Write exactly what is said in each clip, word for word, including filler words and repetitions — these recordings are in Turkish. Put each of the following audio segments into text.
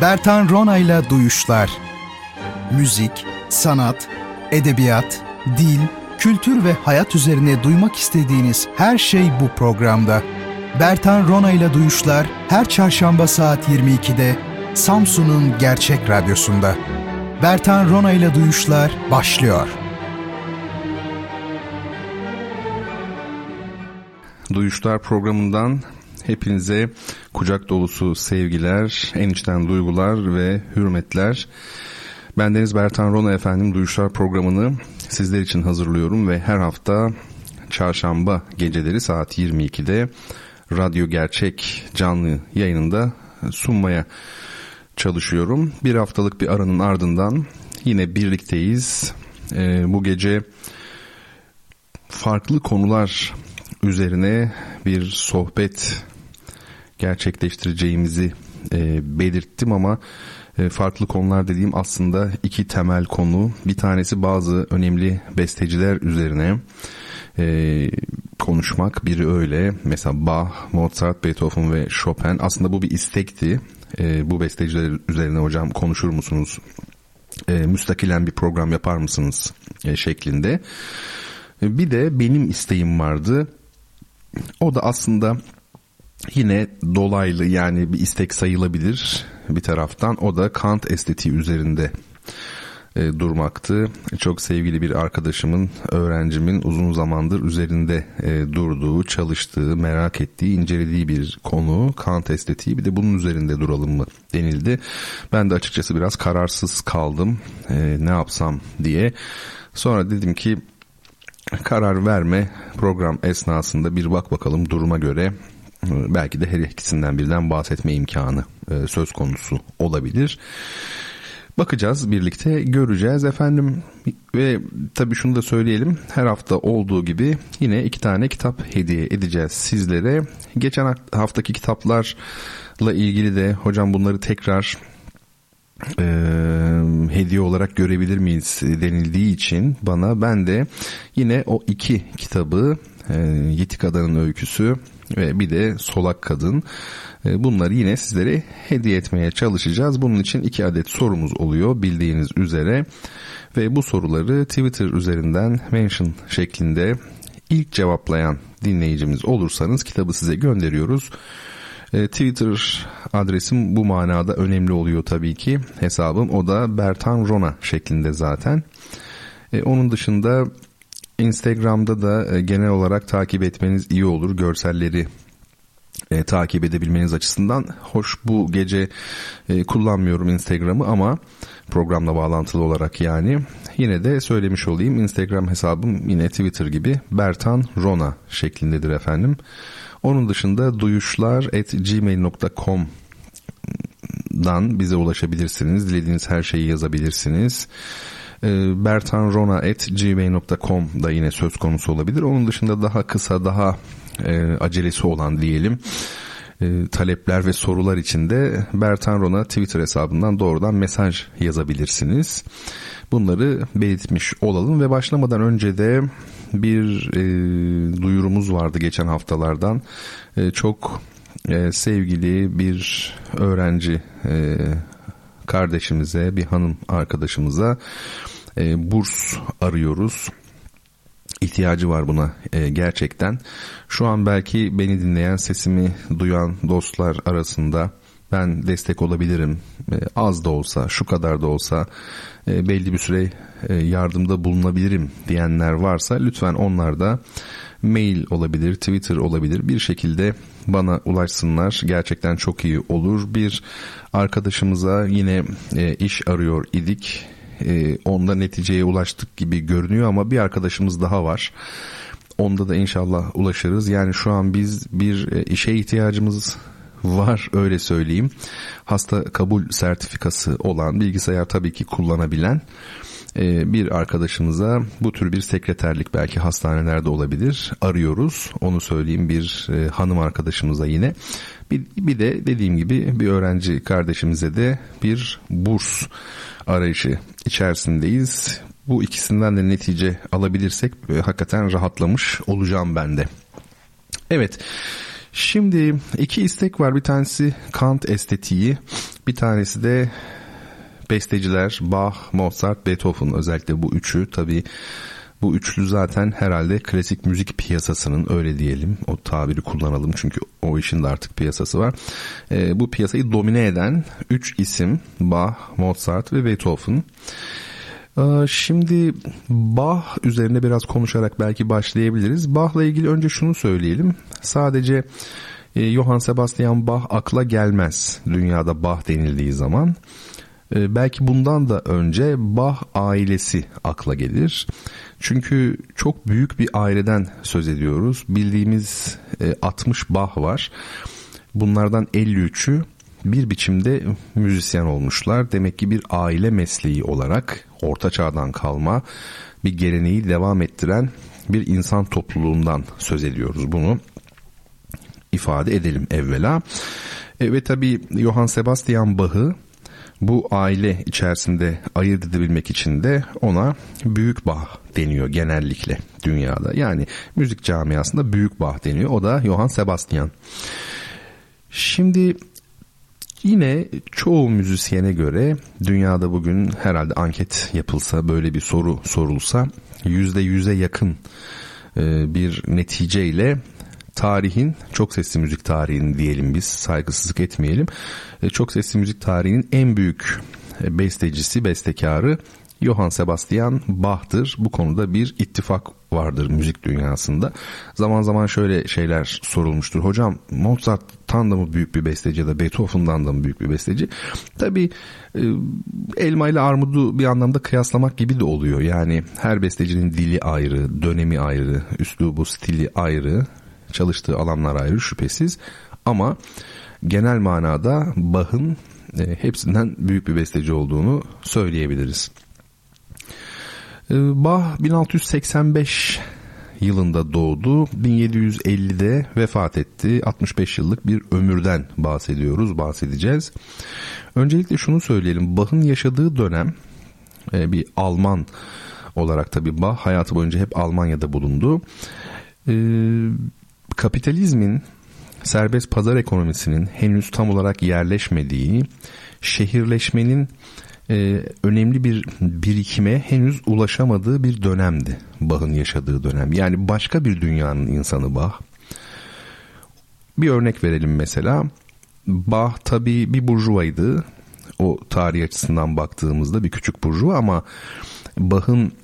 Bertan Rona'yla Duyuşlar. Müzik, sanat, edebiyat, dil, kültür ve hayat üzerine duymak istediğiniz her şey bu programda. Bertan Rona'yla Duyuşlar her çarşamba saat yirmi ikide Samsun'un Gerçek Radyosu'nda. Bertan Rona'yla Duyuşlar başlıyor. Duyuşlar programından hepinize kucak dolusu sevgiler, en içten duygular ve hürmetler. Bendeniz Bertan Rona efendim. Duyuşlar programını sizler için hazırlıyorum ve her hafta çarşamba geceleri saat yirmi ikide Radyo Gerçek canlı yayınında sunmaya çalışıyorum. Bir haftalık bir aranın ardından yine birlikteyiz. Ee, bu gece farklı konular üzerine bir sohbet gerçekleştireceğimizi e, belirttim ama e, farklı konular dediğim aslında iki temel konu. Bir tanesi bazı önemli besteciler üzerine e, konuşmak. Biri öyle. Mesela Bach, Mozart, Beethoven ve Chopin. Aslında bu bir istekti. E, bu besteciler üzerine hocam konuşur musunuz? E, müstakilen bir program yapar mısınız? E, şeklinde. E, bir de benim isteğim vardı. O da aslında yine dolaylı, yani bir istek sayılabilir bir taraftan. O da Kant estetiği üzerinde e, durmaktı. Çok sevgili bir arkadaşımın, öğrencimin uzun zamandır üzerinde e, durduğu, çalıştığı, merak ettiği, incelediği bir konu Kant estetiği. Bir de bunun üzerinde duralım mı denildi. Ben de açıkçası biraz kararsız kaldım. E, ne yapsam diye. Sonra dedim ki karar verme, program esnasında bir bak bakalım duruma göre. Belki de her ikisinden birden bahsetme imkanı e, söz konusu olabilir. Bakacağız, birlikte göreceğiz efendim. Ve tabii şunu da söyleyelim. Her hafta olduğu gibi yine iki tane kitap hediye edeceğiz sizlere. Geçen haftaki kitaplarla ilgili de hocam bunları tekrar e, hediye olarak görebilir miyiz denildiği için bana, ben de yine o iki kitabı, e, Yitik Adanın Öyküsü ve bir de Solak Kadın, bunları yine sizlere hediye etmeye çalışacağız. Bunun için iki adet sorumuz oluyor bildiğiniz üzere ve bu soruları Twitter üzerinden mention şeklinde ilk cevaplayan dinleyicimiz olursanız kitabı size gönderiyoruz. Twitter adresim bu manada önemli oluyor tabii ki, hesabım o da Bertan Rona şeklinde zaten. Onun dışında Instagram'da da genel olarak takip etmeniz iyi olur. Görselleri e, takip edebilmeniz açısından. Hoş, bu gece e, kullanmıyorum Instagram'ı ama programla bağlantılı olarak yani. Yine de söylemiş olayım. Instagram hesabım yine Twitter gibi Bertan Rona şeklindedir efendim. Onun dışında duyuşlar at gmail nokta com'dan bize ulaşabilirsiniz. Dilediğiniz her şeyi yazabilirsiniz. bertan rona at gmail nokta com da yine söz konusu olabilir. Onun dışında daha kısa, daha e, acelesi olan diyelim e, talepler ve sorular için de Bertan Rona Twitter hesabından doğrudan mesaj yazabilirsiniz. Bunları belirtmiş olalım ve başlamadan önce de bir e, duyurumuz vardı geçen haftalardan. E, çok e, sevgili bir öğrenci e, kardeşimize, bir hanım arkadaşımıza e, burs arıyoruz. İhtiyacı var buna e, gerçekten. Şu an belki beni dinleyen, sesimi duyan dostlar arasında ben destek olabilirim. E, az da olsa, şu kadar da olsa e, belli bir süre e, yardımda bulunabilirim diyenler varsa lütfen onlar da mail olabilir, Twitter olabilir, bir şekilde bana ulaşsınlar. Gerçekten çok iyi olur. Bir arkadaşımıza yine e, iş arıyor idik. E, onda neticeye ulaştık gibi görünüyor ama bir arkadaşımız daha var. Onda da inşallah ulaşırız. Yani şu an biz bir e, işe ihtiyacımız var, öyle söyleyeyim. Hasta kabul sertifikası olan, bilgisayar tabii ki kullanabilen bir arkadaşımıza bu tür bir sekreterlik, belki hastanelerde olabilir, arıyoruz. Onu söyleyeyim, bir hanım arkadaşımıza yine. Bir, bir de dediğim gibi bir öğrenci kardeşimize de bir burs arayışı içerisindeyiz. Bu ikisinden de netice alabilirsek hakikaten rahatlamış olacağım ben de. Evet, Şimdi iki istek var. Bir tanesi Kant estetiği, bir tanesi de besteciler Bach, Mozart, Beethoven. Özellikle bu üçü, tabii bu üçlü zaten herhalde klasik müzik piyasasının, öyle diyelim, o tabiri kullanalım çünkü o işin de artık piyasası var. E, bu piyasayı domine eden üç isim Bach, Mozart ve Beethoven. E, şimdi Bach üzerine biraz konuşarak belki başlayabiliriz. Bach'la ilgili önce şunu söyleyelim. Sadece e, Johann Sebastian Bach akla gelmez dünyada Bach denildiği zaman. Belki bundan da önce Bach ailesi akla gelir. Çünkü çok büyük bir aileden söz ediyoruz. Bildiğimiz altmış Bach var. Bunlardan elli üçü bir biçimde müzisyen olmuşlar. Demek ki bir aile mesleği olarak Orta Çağ'dan kalma bir geleneği devam ettiren bir insan topluluğundan söz ediyoruz. Bunu ifade edelim evvela. E, ve tabii Johann Sebastian Bach'ı bu aile içerisinde ayırt edebilmek için de ona Büyük Bach deniyor genellikle dünyada. Yani müzik camiasında Büyük Bach deniyor. O da Johann Sebastian. Şimdi yine çoğu müzisyene göre dünyada bugün herhalde anket yapılsa, böyle bir soru sorulsa yüzde yüze yakın bir neticeyle tarihin, çok sesli müzik tarihinin diyelim, biz saygısızlık etmeyelim, çok sesli müzik tarihinin en büyük bestecisi, bestekarı Johann Sebastian Bach'tır. Bu konuda bir ittifak vardır müzik dünyasında. Zaman zaman şöyle şeyler sorulmuştur. Hocam Mozart'tan da mı büyük bir besteci ya da Beethoven'dan da mı büyük bir besteci? Tabii elma ile armudu bir anlamda kıyaslamak gibi de oluyor. Yani her bestecinin dili ayrı, dönemi ayrı, üslubu, stili ayrı, çalıştığı alanlar ayrı şüphesiz, ama genel manada Bach'ın e, hepsinden büyük bir besteci olduğunu söyleyebiliriz. E, Bach bin altı yüz seksen beş yılında doğdu, bin yedi yüz ellide vefat etti. altmış beş yıllık bir ömürden bahsediyoruz, bahsedeceğiz. Öncelikle şunu söyleyelim, Bach'ın yaşadığı dönem e, bir Alman olarak, tabii Bach hayatı boyunca hep Almanya'da bulundu. E, Kapitalizmin, serbest pazar ekonomisinin henüz tam olarak yerleşmediği, şehirleşmenin e, önemli bir birikime henüz ulaşamadığı bir dönemdi Bach'ın yaşadığı dönem. Yani başka bir dünyanın insanı Bach. Bir örnek verelim mesela. Bach tabii bir burjuvaydı. O tarih açısından baktığımızda bir küçük burjuva, ama Bach'ın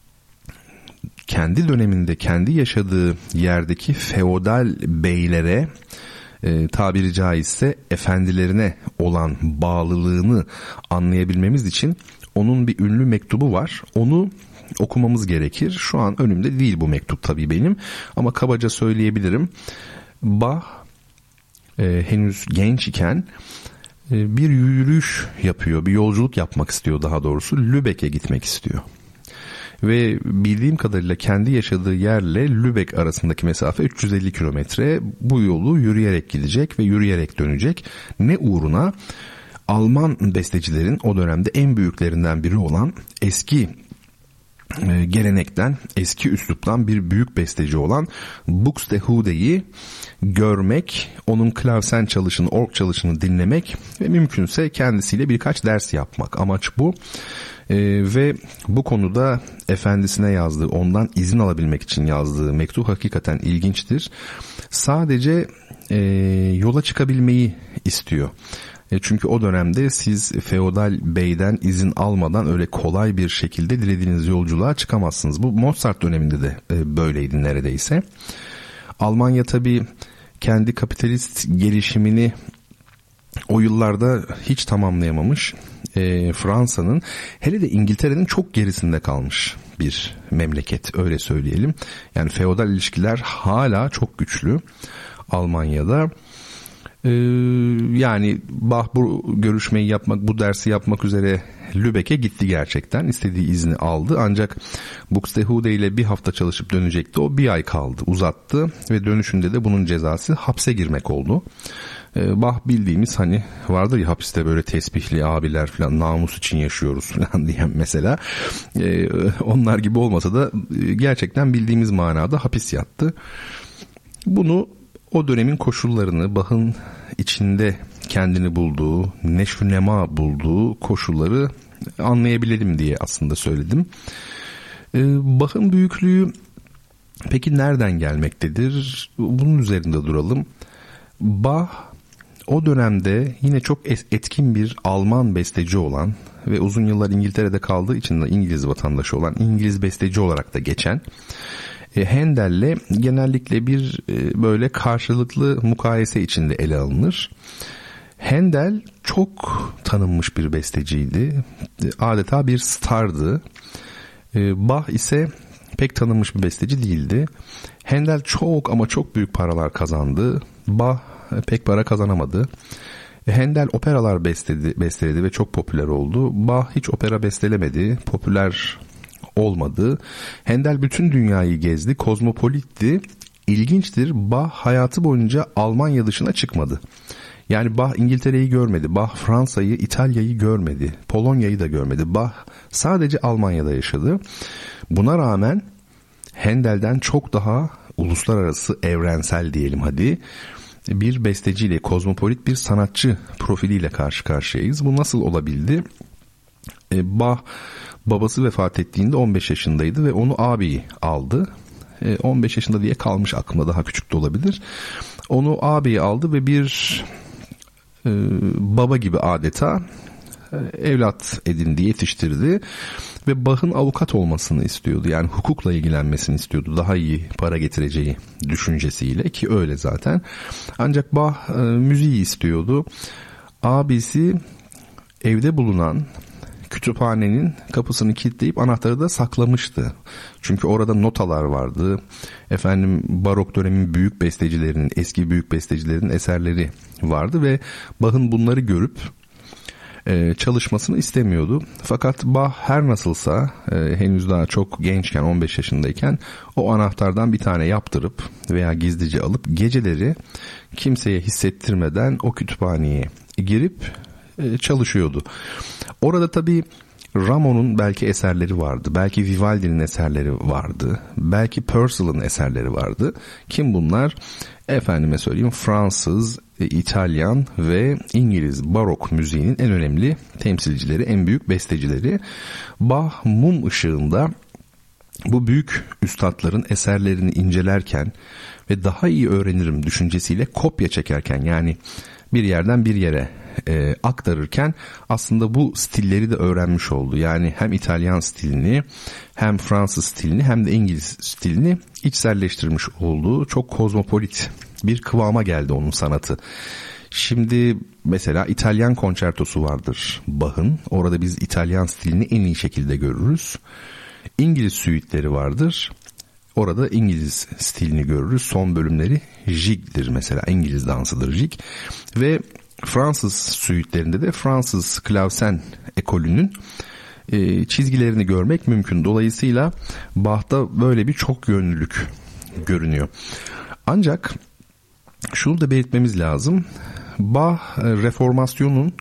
kendi döneminde, kendi yaşadığı yerdeki feodal beylere, e, tabiri caizse efendilerine olan bağlılığını anlayabilmemiz için onun bir ünlü mektubu var. Onu okumamız gerekir. Şu an önümde değil bu mektup tabii benim, ama kabaca söyleyebilirim. Bach e, henüz genç iken e, bir yürüyüş yapıyor, bir yolculuk yapmak istiyor daha doğrusu. Lübeck'e gitmek istiyor. Ve bildiğim kadarıyla kendi yaşadığı yerle Lübeck arasındaki mesafe üç yüz elli kilometre. Bu yolu yürüyerek gidecek ve yürüyerek dönecek. Ne uğruna? Alman bestecilerin o dönemde en büyüklerinden biri olan, eski e, gelenekten, eski üsluptan bir büyük besteci olan Buxtehude'yi görmek, onun klavsen çalışını, org çalışını dinlemek ve mümkünse kendisiyle birkaç ders yapmak. Amaç bu. Ee, ve bu konuda efendisine yazdığı, ondan izin alabilmek için yazdığı mektup hakikaten ilginçtir. Sadece e, yola çıkabilmeyi istiyor. E, çünkü o dönemde siz feodal beyden izin almadan öyle kolay bir şekilde dilediğiniz yolculuğa çıkamazsınız. Bu Mozart döneminde de e, böyleydi neredeyse. Almanya tabii kendi kapitalist gelişimini o yıllarda hiç tamamlayamamış. E, Fransa'nın, hele de İngiltere'nin çok gerisinde kalmış bir memleket, öyle söyleyelim. Yani feodal ilişkiler hala çok güçlü Almanya'da. E, yani Bach bu görüşmeyi yapmak, bu dersi yapmak üzere Lübeck'e gitti gerçekten. İstediği izni aldı, ancak Buxtehude ile bir hafta çalışıp dönecekti. O bir ay kaldı, uzattı ve dönüşünde de bunun cezası hapse girmek oldu. Bach bildiğimiz, hani vardır ya hapiste böyle tesbihli abiler falan, namus için yaşıyoruz falan diyen mesela, ee, onlar gibi olmasa da gerçekten bildiğimiz manada hapis yattı. Bunu o dönemin koşullarını, Bach'ın içinde kendini bulduğu, neşvünema bulduğu koşulları anlayabilelim diye aslında söyledim. Bach'ın büyüklüğü peki nereden gelmektedir? Bunun üzerinde duralım. Bach o dönemde yine çok etkin bir Alman besteci olan ve uzun yıllar İngiltere'de kaldığı için de İngiliz vatandaşı olan, İngiliz besteci olarak da geçen Handel'le genellikle bir böyle karşılıklı mukayese içinde ele alınır. Handel çok tanınmış bir besteciydi. Adeta bir stardı. Bach ise pek tanınmış bir besteci değildi. Handel çok ama çok büyük paralar kazandı. Bach pek para kazanamadı. Handel operalar besteledi, besteledi ve çok popüler oldu. Bach hiç opera bestelemedi, popüler olmadı. Handel bütün dünyayı gezdi, kozmopolitti. İlginçtir, Bach hayatı boyunca Almanya dışına çıkmadı. Yani Bach İngiltere'yi görmedi, Bach Fransa'yı, İtalya'yı görmedi, Polonya'yı da görmedi. Bach sadece Almanya'da yaşadı. Buna rağmen Handel'den çok daha uluslararası, evrensel diyelim hadi, bir besteciyle, kozmopolit bir sanatçı profiliyle karşı karşıyayız. Bu nasıl olabildi? E, Bach babası vefat ettiğinde on beş yaşındaydı ve onu ağabeyi aldı. E, on beş yaşında diye kalmış aklımda, daha küçük de olabilir. Onu ağabeyi aldı ve bir e, baba gibi adeta e, evlat edindi, yetiştirdi. Ve Bach'ın avukat olmasını istiyordu. Yani hukukla ilgilenmesini istiyordu. Daha iyi para getireceği düşüncesiyle, ki öyle zaten. Ancak Bach e, müziği istiyordu. Abisi evde bulunan kütüphanenin kapısını kilitleyip anahtarı da saklamıştı. Çünkü orada notalar vardı. Efendim barok dönemin büyük bestecilerinin, eski büyük bestecilerin eserleri vardı ve Bach'ın bunları görüp çalışmasını istemiyordu. Fakat Bach her nasılsa henüz daha çok gençken, on beş yaşındayken o anahtardan bir tane yaptırıp veya gizlice alıp geceleri kimseye hissettirmeden o kütüphaneye girip çalışıyordu. Orada tabii Rameau'nun belki eserleri vardı. Belki Vivaldi'nin eserleri vardı. Belki Purcell'ın eserleri vardı. Kim bunlar? Efendime söyleyeyim, Fransız, İtalyan ve İngiliz barok müziğinin en önemli temsilcileri, en büyük bestecileri. Bach mum ışığında bu büyük üstadların eserlerini incelerken ve daha iyi öğrenirim düşüncesiyle kopya çekerken, yani bir yerden bir yere e, aktarırken aslında bu stilleri de öğrenmiş oldu. Yani hem İtalyan stilini, hem Fransız stilini, hem de İngiliz stilini içselleştirmiş olduğu çok kozmopolit bir kıvama geldi onun sanatı. Şimdi mesela İtalyan konçertosu vardır Bach'ın. Orada biz İtalyan stilini en iyi şekilde görürüz. İngiliz süitleri vardır. Orada İngiliz stilini görürüz. Son bölümleri jig'dir mesela. İngiliz dansıdır jig. Ve Fransız süitlerinde de Fransız klavsen ekolünün e, çizgilerini görmek mümkün. Dolayısıyla Bach'ta böyle bir çok yönlülük görünüyor. Ancak şunu da belirtmemiz lazım. Bach reformasyonun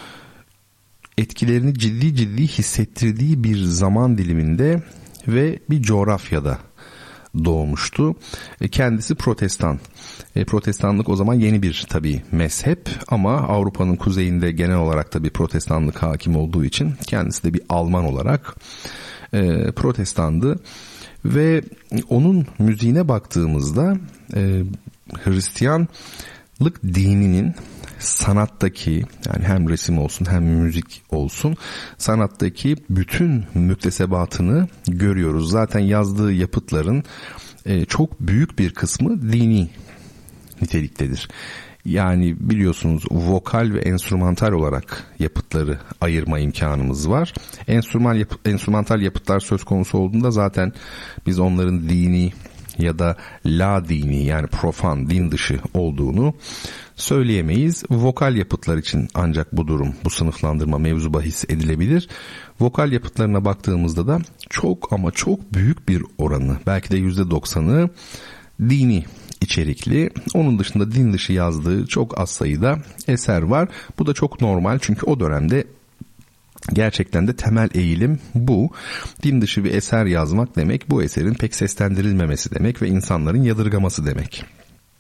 etkilerini ciddi ciddi hissettirdiği bir zaman diliminde ve bir coğrafyada doğmuştu. Kendisi Protestan. E, protestanlık o zaman yeni bir tabii mezhep, ama Avrupa'nın kuzeyinde genel olarak tabii Protestanlık hakim olduğu için kendisi de bir Alman olarak e, Protestandı. Ve onun müziğine baktığımızda e, Hristiyanlık dininin sanattaki, yani hem resim olsun hem müzik olsun, sanattaki bütün müktesebatını görüyoruz. Zaten yazdığı yapıtların e, çok büyük bir kısmı dini niteliktedir. Yani biliyorsunuz vokal ve enstrümantal olarak yapıtları ayırma imkanımız var. Enstrümantal, yapı, enstrümantal yapıtlar söz konusu olduğunda zaten biz onların dini ya da la dini, yani profan, din dışı olduğunu söyleyemeyiz. Vokal yapıtlar için ancak bu durum, bu sınıflandırma mevzu bahis edilebilir. Vokal yapıtlarına baktığımızda da çok ama çok büyük bir oranı, belki de yüzde doksanı dini içerikli. Onun dışında din dışı yazdığı çok az sayıda eser var. Bu da çok normal, çünkü o dönemde gerçekten de temel eğilim bu. Din dışı bir eser yazmak demek, bu eserin pek seslendirilmemesi demek ve insanların yadırgaması demek.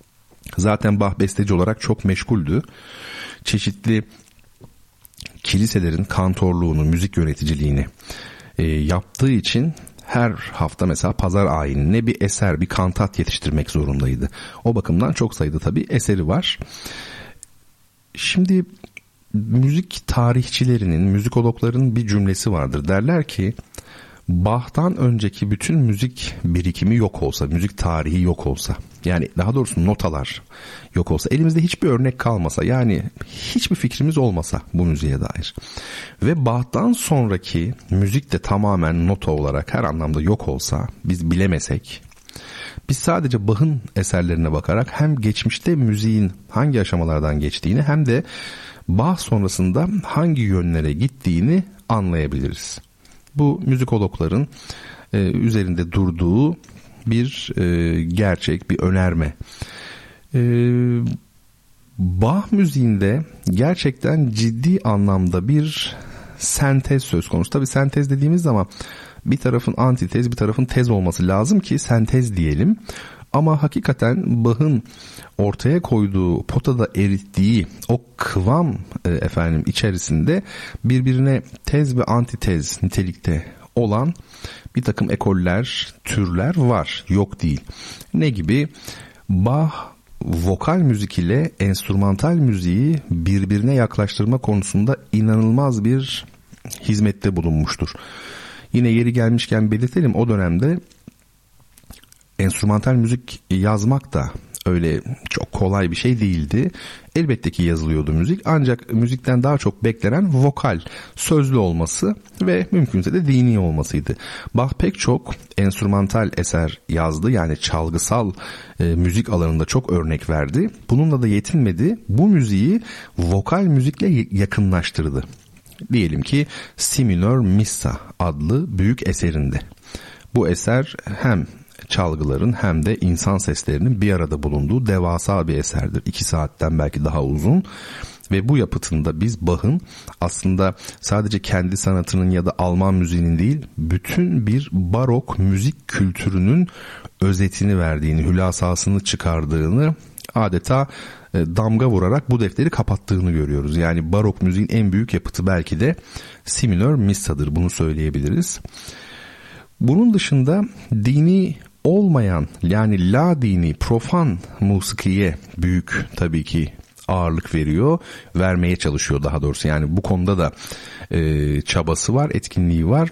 Zaten Bach besteci olarak çok meşguldü. Çeşitli kiliselerin kantorluğunu, müzik yöneticiliğini e, yaptığı için her hafta mesela pazar ayinine bir eser, bir kantat yetiştirmek zorundaydı. O bakımdan çok sayıda tabii eseri var. Şimdi müzik tarihçilerinin, müzikologların bir cümlesi vardır. Derler ki Bach'tan önceki bütün müzik birikimi yok olsa, müzik tarihi yok olsa, yani daha doğrusu notalar yok olsa, elimizde hiçbir örnek kalmasa, yani hiçbir fikrimiz olmasa bu müziğe dair ve Bach'tan sonraki müzik de tamamen nota olarak her anlamda yok olsa, biz bilemesek, biz sadece Bach'ın eserlerine bakarak hem geçmişte müziğin hangi aşamalardan geçtiğini hem de Bach sonrasında hangi yönlere gittiğini anlayabiliriz. Bu müzikologların e, üzerinde durduğu bir e, gerçek, bir önerme. E, Bach müziğinde gerçekten ciddi anlamda bir sentez söz konusu. Tabii sentez dediğimiz zaman bir tarafın antitez, bir tarafın tez olması lazım ki sentez diyelim. Ama hakikaten Bach'ın ortaya koyduğu, potada erittiği o kıvam e, efendim içerisinde birbirine tez ve antitez nitelikte olan bir takım ekoller, türler var. Yok değil. Ne gibi? Bach vokal müzik ile enstrümantal müziği birbirine yaklaştırma konusunda inanılmaz bir hizmette bulunmuştur. Yine yeri gelmişken belirtelim, o dönemde enstrümantal müzik yazmak da öyle çok kolay bir şey değildi. Elbette ki yazılıyordu müzik, ancak müzikten daha çok beklenen vokal, sözlü olması ve mümkünse de dini olmasıydı. Bach pek çok enstrümantal eser yazdı, yani çalgısal e, müzik alanında çok örnek verdi. Bununla da yetinmedi, bu müziği vokal müzikle yakınlaştırdı. Diyelim ki Si minör Missa adlı büyük eserinde. Bu eser hem çalgıların hem de insan seslerinin bir arada bulunduğu devasa bir eserdir. İki saatten belki daha uzun ve bu yapıtında biz Bach'ın aslında sadece kendi sanatının ya da Alman müziğinin değil, bütün bir barok müzik kültürünün özetini verdiğini, hülasasını çıkardığını, adeta damga vurarak bu defteri kapattığını görüyoruz. Yani barok müziğin en büyük yapıtı belki de Si minör Missa'dır, bunu söyleyebiliriz. Bunun dışında dini olmayan, yani la dini, profan musikiye büyük tabii ki ağırlık veriyor, vermeye çalışıyor daha doğrusu. Yani bu konuda da e, çabası var, etkinliği var.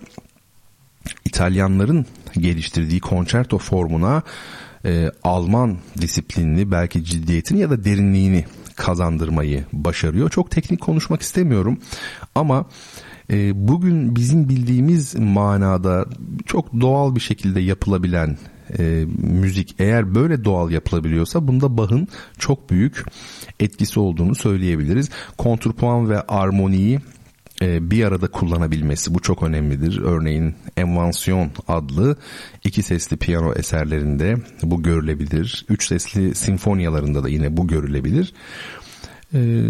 İtalyanların geliştirdiği konçerto formuna e, Alman disiplinini, belki ciddiyetini ya da derinliğini kazandırmayı başarıyor. Çok teknik konuşmak istemiyorum ama e, bugün bizim bildiğimiz manada çok doğal bir şekilde yapılabilen e, müzik eğer böyle doğal yapılabiliyorsa bunda Bach'ın çok büyük etkisi olduğunu söyleyebiliriz. Kontrpuan ve armoniyi bir arada kullanabilmesi, bu çok önemlidir. Örneğin Envansiyon adlı iki sesli piyano eserlerinde bu görülebilir. Üç sesli sinfonyalarında da yine bu görülebilir. Ee,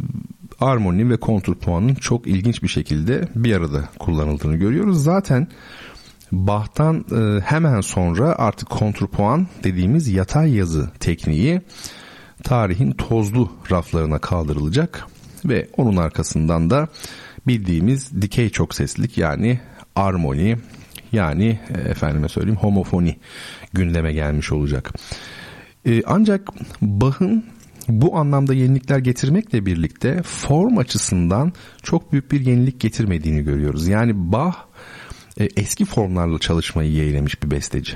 armoni ve kontrpuanın çok ilginç bir şekilde bir arada kullanıldığını görüyoruz. Zaten Bach'tan e, hemen sonra artık kontrpuan dediğimiz yatay yazı tekniği tarihin tozlu raflarına kaldırılacak ve onun arkasından da bildiğimiz dikey çok seslilik, yani armoni, yani efendime söyleyeyim homofoni gündeme gelmiş olacak. Ee, ancak Bach'ın bu anlamda yenilikler getirmekle birlikte form açısından çok büyük bir yenilik getirmediğini görüyoruz. Yani Bach e, eski formlarla çalışmayı yeğlemiş bir besteci.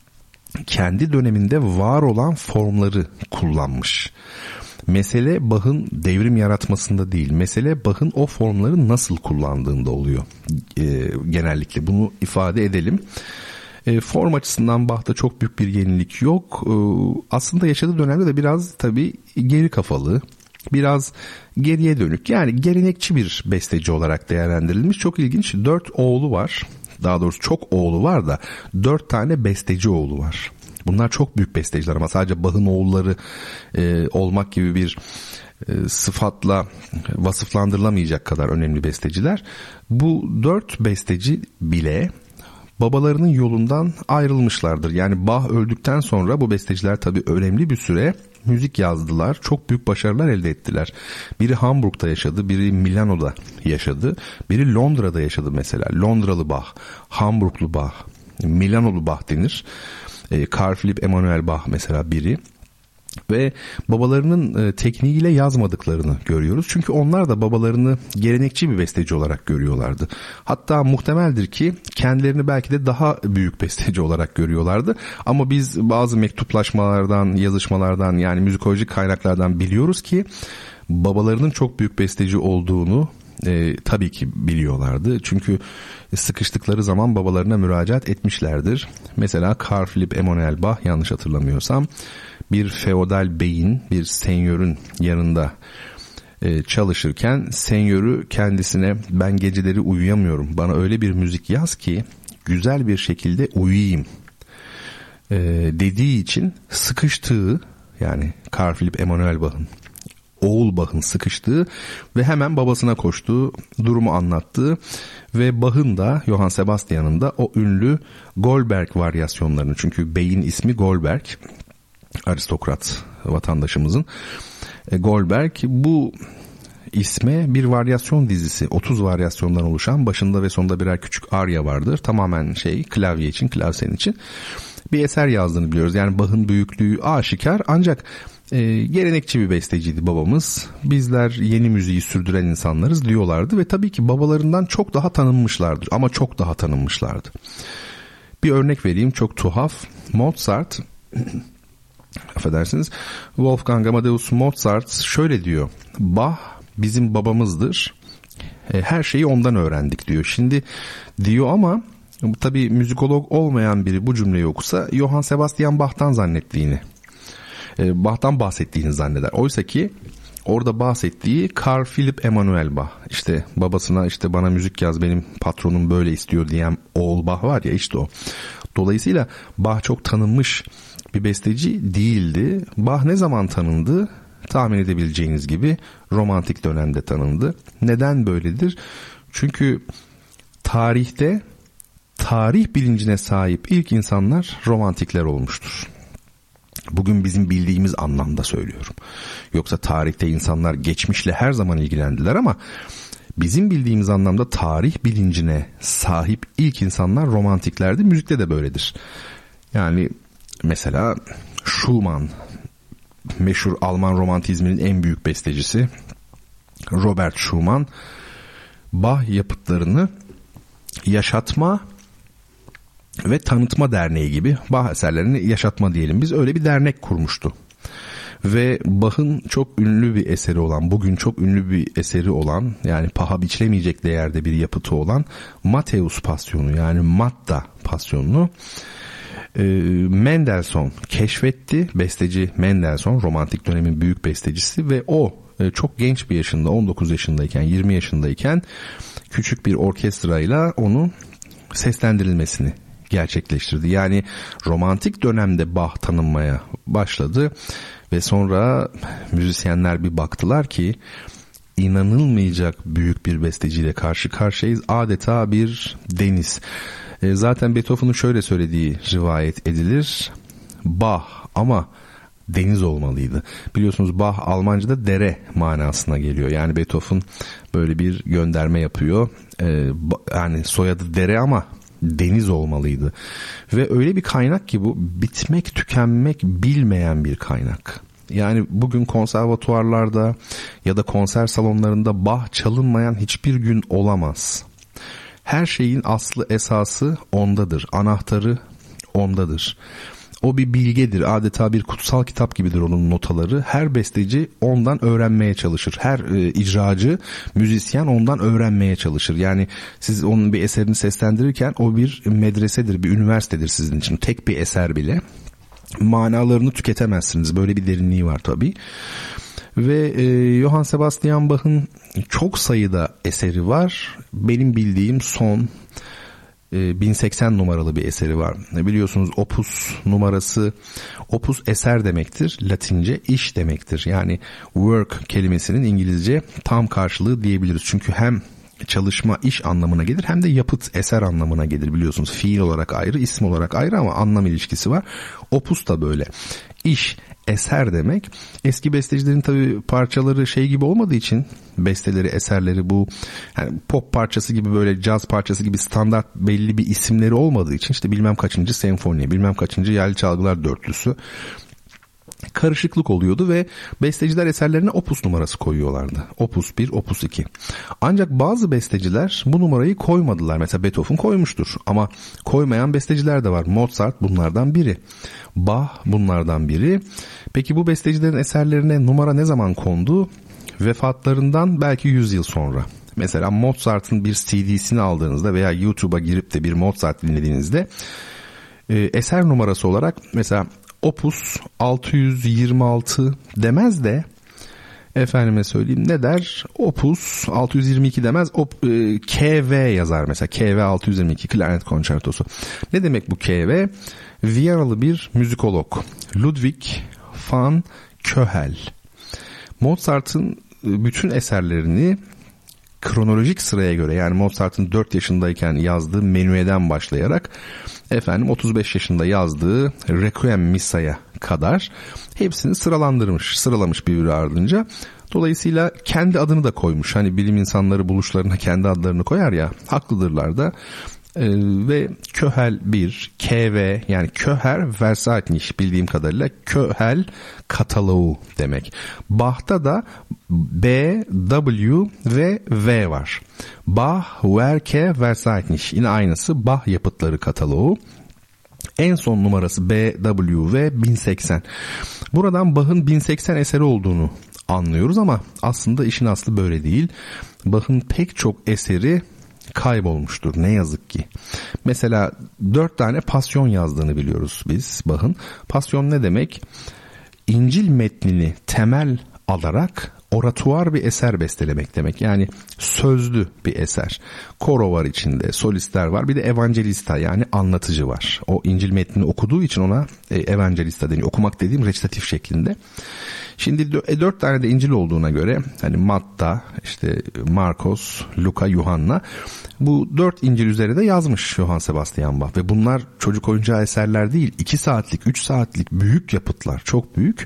Kendi döneminde var olan formları kullanmış. Mesele Bach'ın devrim yaratmasında değil, mesele Bach'ın o formları nasıl kullandığında oluyor. E, genellikle bunu ifade edelim. E, form açısından Bach'ta çok büyük bir yenilik yok. E, aslında yaşadığı dönemde de biraz tabii geri kafalı, biraz geriye dönük, yani gelenekçi bir besteci olarak değerlendirilmiş. Çok ilginç, dört oğlu var. Daha doğrusu çok oğlu var da dört tane besteci oğlu var. Bunlar çok büyük besteciler ama sadece Bach'ın oğulları e, olmak gibi bir e, sıfatla vasıflandırılamayacak kadar önemli besteciler. Bu dört besteci bile babalarının yolundan ayrılmışlardır. Yani Bach öldükten sonra bu besteciler tabii önemli bir süre müzik yazdılar. Çok büyük başarılar elde ettiler. Biri Hamburg'da yaşadı, biri Milano'da yaşadı, biri Londra'da yaşadı mesela. Londralı Bach, Hamburglu Bach, Milanolu Bach denir. E, Carl Philipp Emanuel Bach mesela biri. Ve babalarının e, tekniğiyle yazmadıklarını görüyoruz. Çünkü onlar da babalarını gelenekçi bir besteci olarak görüyorlardı. Hatta muhtemeldir ki kendilerini belki de daha büyük besteci olarak görüyorlardı. Ama biz bazı mektuplaşmalardan, yazışmalardan, yani müzikolojik kaynaklardan biliyoruz ki babalarının çok büyük besteci olduğunu e, tabii ki biliyorlardı. Çünkü sıkıştıkları zaman babalarına müracaat etmişlerdir. Mesela Carl Philipp Emanuel Bach, yanlış hatırlamıyorsam, bir feodal beyin, bir senyörün yanında e, çalışırken senyörü kendisine "ben geceleri uyuyamıyorum, bana öyle bir müzik yaz ki güzel bir şekilde uyuyayım" e, dediği için sıkıştığı, yani Carl Philipp Emanuel Bach'ın, oğul Bach'ın sıkıştığı ve hemen babasına koştuğu durumu anlattığı ve Bach'ın da, Johann Sebastian'ın da o ünlü Goldberg varyasyonlarını, çünkü beyin ismi Goldberg, aristokrat vatandaşımızın e, Goldberg, bu isme bir varyasyon dizisi, otuz varyasyondan oluşan, başında ve sonunda birer küçük arya vardır. Tamamen şey, klavye için, klavsen için bir eser yazdığını biliyoruz. Yani Bach'ın büyüklüğü aşikar, ancak e, gelenekçi bir besteciydi babamız. Bizler yeni müziği sürdüren insanlarız diyorlardı ve tabii ki babalarından çok daha tanınmışlardır, ama çok daha tanınmışlardı. Bir örnek vereyim, çok tuhaf. Mozart affedersiniz, Wolfgang Amadeus Mozart şöyle diyor: Bach bizim babamızdır, her şeyi ondan öğrendik diyor. Şimdi diyor ama tabii müzikolog olmayan biri bu cümleyi okusa Johann Sebastian Bach'tan zannettiğini, Bach'tan bahsettiğini zanneder. Oysa ki orada bahsettiği Carl Philipp Emanuel Bach. İşte babasına işte bana müzik yaz, benim patronum böyle istiyor diyen oğul Bach var ya, işte o. Dolayısıyla Bach çok tanınmış bir besteci değildi. Bach ne zaman tanındı? Tahmin edebileceğiniz gibi romantik dönemde tanındı. Neden böyledir? Çünkü tarihte tarih bilincine sahip ilk insanlar romantikler olmuştur. Bugün bizim bildiğimiz anlamda söylüyorum. Yoksa tarihte insanlar geçmişle her zaman ilgilendiler, ama bizim bildiğimiz anlamda tarih bilincine sahip ilk insanlar romantiklerdi. Müzikte de böyledir. Yani mesela Schumann, meşhur Alman romantizminin en büyük bestecisi Robert Schumann, Bach yapıtlarını yaşatma ve tanıtma derneği gibi, Bach eserlerini yaşatma diyelim biz, öyle bir dernek kurmuştu. Ve Bach'ın çok ünlü bir eseri olan, bugün çok ünlü bir eseri olan, yani paha biçilemeyecek değerde bir yapıtı olan Matthäus Pasyonu, yani Matta Pasyonu'nu e, Mendelssohn keşfetti. Besteci Mendelssohn, romantik dönemin büyük bestecisi, ve o e, çok genç bir yaşında, on dokuz yaşındayken, yirmi yaşındayken küçük bir orkestrayla onu seslendirilmesini gerçekleştirdi. Yani romantik dönemde Bach tanınmaya başladı ve sonra müzisyenler bir baktılar ki inanılmayacak büyük bir besteciyle karşı karşıyayız. Adeta bir deniz. E, zaten Beethoven'un şöyle söylediği rivayet edilir: Bach ama deniz olmalıydı. Biliyorsunuz Bach Almanca'da dere manasına geliyor. Yani Beethoven böyle bir gönderme yapıyor. E, yani soyadı dere ama deniz olmalıydı. Ve öyle bir kaynak ki bu, bitmek tükenmek bilmeyen bir kaynak. Yani bugün konservatuvarlarda ya da konser salonlarında Bach çalınmayan hiçbir gün olamaz. Her şeyin aslı, esası ondadır. Anahtarı ondadır. O bir bilgedir. Adeta bir kutsal kitap gibidir onun notaları. Her besteci ondan öğrenmeye çalışır. Her e, icracı, müzisyen ondan öğrenmeye çalışır. Yani siz onun bir eserini seslendirirken o bir medresedir, bir üniversitedir sizin için. Tek bir eser bile. Manalarını tüketemezsiniz. Böyle bir derinliği var tabii. Ve e, Johann Sebastian Bach'ın çok sayıda eseri var. Benim bildiğim son bin seksen numaralı bir eseri var. Biliyorsunuz opus numarası, opus eser demektir. Latince iş demektir. Yani work kelimesinin İngilizce tam karşılığı diyebiliriz. Çünkü hem çalışma, iş anlamına gelir, hem de yapıt, eser anlamına gelir biliyorsunuz. Fiil olarak ayrı, isim olarak ayrı ama anlam ilişkisi var. Opus da böyle. İş, eser demek. Eski bestecilerin tabii parçaları şey gibi olmadığı için, besteleri, eserleri bu yani pop parçası gibi, böyle caz parçası gibi standart belli bir isimleri olmadığı için, işte bilmem kaçıncı senfoni, bilmem kaçıncı yaylı çalgılar dörtlüsü, karışıklık oluyordu ve besteciler eserlerine opus numarası koyuyorlardı. Opus bir, opus iki. Ancak bazı besteciler bu numarayı koymadılar. Mesela Beethoven koymuştur ama koymayan besteciler de var. Mozart bunlardan biri. Bach bunlardan biri. Peki bu bestecilerin eserlerine numara ne zaman kondu? Vefatlarından belki yüz yıl sonra. Mesela Mozart'ın bir C D'sini aldığınızda veya YouTube'a girip de bir Mozart dinlediğinizde e, eser numarası olarak mesela Opus altı yüz yirmi altı demez de, efendime söyleyeyim ne der? Opus altı yüz yirmi iki demez. Op, e, K V yazar mesela. K V altı yüz yirmi iki klarnet konçertosu. Ne demek bu K V? Viyanalı bir müzikolog Ludwig van Köhel. Mozart'ın bütün eserlerini kronolojik sıraya göre, yani Mozart'ın dört yaşındayken yazdığı Menuet'den başlayarak efendim otuz beş yaşında yazdığı Requiem Missa'ya kadar hepsini sıralandırmış, sıralamış birbiri ardınca. Dolayısıyla kendi adını da koymuş. Hani bilim insanları buluşlarına kendi adlarını koyar ya, haklıdırlar da. Ee, ve Köhel bir, K V yani Köher Verzeichnis, bildiğim kadarıyla Köhel kataloğu demek. Bach'ta da B, W ve V var. Bach Werke Verzeichnis, yine aynısı, Bach yapıtları kataloğu. En son numarası B, W ve bin seksen. Buradan Bach'ın bin seksen eseri olduğunu anlıyoruz ama aslında işin aslı böyle değil. Bach'ın pek çok eseri kaybolmuştur ne yazık ki. Mesela dört tane pasyon yazdığını biliyoruz biz Bach'ın. Pasyon ne demek? İncil metnini temel alarak oratuar bir eser bestelemek demek. Yani sözlü bir eser. Koro var içinde, solistler var, bir de evangelista yani anlatıcı var. O İncil metnini okuduğu için ona e, evangelista deniyor. Okumak dediğim resitatif şeklinde. Şimdi dört tane de İncil olduğuna göre hani Matta, işte Markos, Luka, Yuhanna, bu dört İncil üzerine de yazmış Johann Sebastian Bach ve bunlar çocuk oyuncağı eserler değil. iki saatlik, üç saatlik büyük yapıtlar, çok büyük.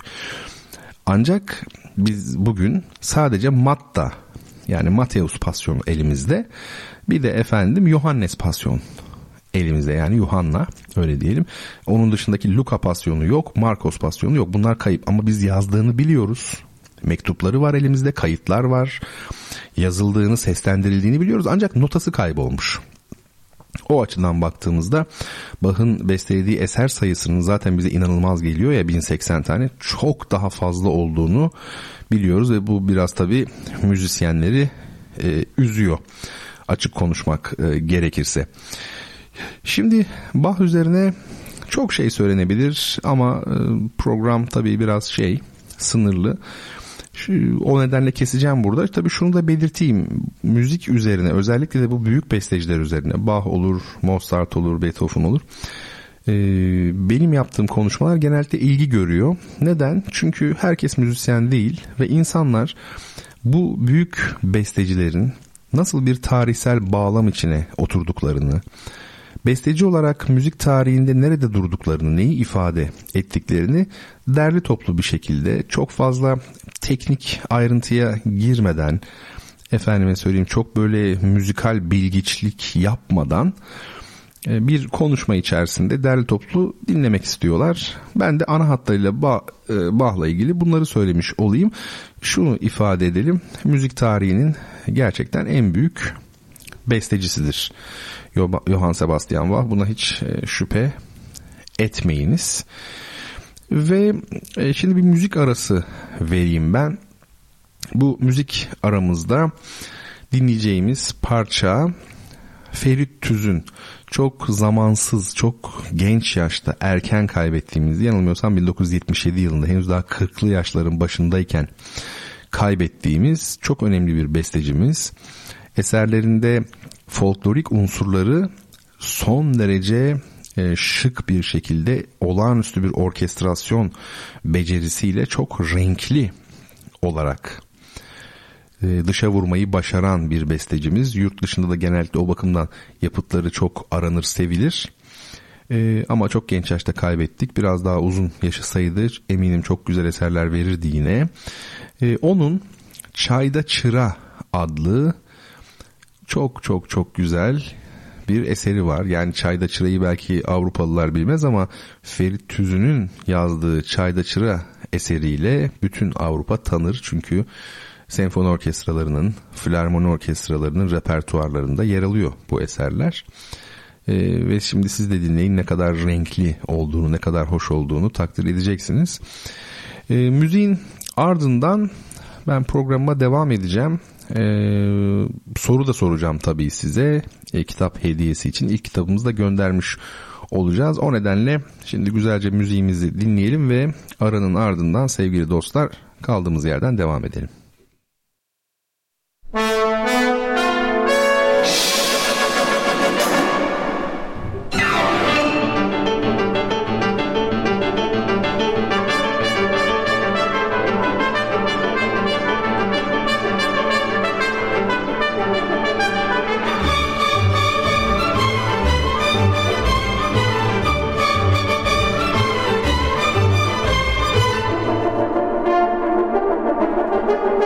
Ancak biz bugün sadece Matta yani Matteus Pasyonu elimizde, bir de efendim Yohannes Pasyonu elimizde yani Yuhanna öyle diyelim. Onun dışındaki Luka Pasyonu yok, Markos Pasyonu yok. Bunlar kayıp ama biz yazdığını biliyoruz. Mektupları var elimizde, kayıtlar var. Yazıldığını, seslendirildiğini biliyoruz ancak notası kaybolmuş. O açıdan baktığımızda Bach'ın bestelediği eser sayısının zaten bize inanılmaz geliyor ya, bin seksen tane, çok daha fazla olduğunu biliyoruz ve bu biraz tabii müzisyenleri e, üzüyor, açık konuşmak e, gerekirse. Şimdi Bach üzerine çok şey söylenebilir ama e, program tabii biraz şey sınırlı. Şu, o nedenle keseceğim burada. Tabii şunu da belirteyim. Müzik üzerine, özellikle de bu büyük besteciler üzerine, Bach olur, Mozart olur, Beethoven olur, Ee, benim yaptığım konuşmalar genellikle ilgi görüyor. Neden? Çünkü herkes müzisyen değil ve insanlar bu büyük bestecilerin nasıl bir tarihsel bağlam içine oturduklarını, besteci olarak müzik tarihinde nerede durduklarını, neyi ifade ettiklerini derli toplu bir şekilde, çok fazla teknik ayrıntıya girmeden, efendime söyleyeyim çok böyle müzikal bilgiçlik yapmadan bir konuşma içerisinde derli toplu dinlemek istiyorlar. Ben de ana hatlarıyla Bach'la ilgili bunları söylemiş olayım. Şunu ifade edelim: müzik tarihinin gerçekten en büyük bestecisidir Johann Sebastian Bach. Buna hiç şüphe etmeyiniz. Ve şimdi bir müzik arası vereyim ben. Bu müzik aramızda dinleyeceğimiz parça Ferit Tüz'ün çok zamansız, çok genç yaşta erken kaybettiğimiz, yanılmıyorsam bin dokuz yüz yetmiş yedi yılında henüz daha kırklı yaşların başındayken kaybettiğimiz çok önemli bir bestecimiz. Eserlerinde folklorik unsurları son derece e, şık bir şekilde, olağanüstü bir orkestrasyon becerisiyle çok renkli olarak dışa vurmayı başaran bir bestecimiz. Yurt dışında da genellikle o bakımdan yapıtları çok aranır, sevilir. Ee, ama çok genç yaşta kaybettik. Biraz daha uzun yaşasaydı eminim çok güzel eserler verirdi yine. Ee, onun Çayda Çıra adlı çok çok çok güzel bir eseri var. Yani Çayda Çıra'yı belki Avrupalılar bilmez ama Ferit Tüzün'ün yazdığı Çayda Çıra eseriyle bütün Avrupa tanır. Çünkü senfoni orkestralarının, filarmoni orkestralarının repertuarlarında yer alıyor bu eserler. Ee, ve şimdi siz de dinleyin, ne kadar renkli olduğunu, ne kadar hoş olduğunu takdir edeceksiniz. Ee, müziğin ardından ben programıma devam edeceğim. Ee, soru da soracağım tabii size. E, kitap hediyesi için ilk kitabımızı da göndermiş olacağız. O nedenle şimdi güzelce müziğimizi dinleyelim ve aranın ardından sevgili dostlar kaldığımız yerden devam edelim. Thank you.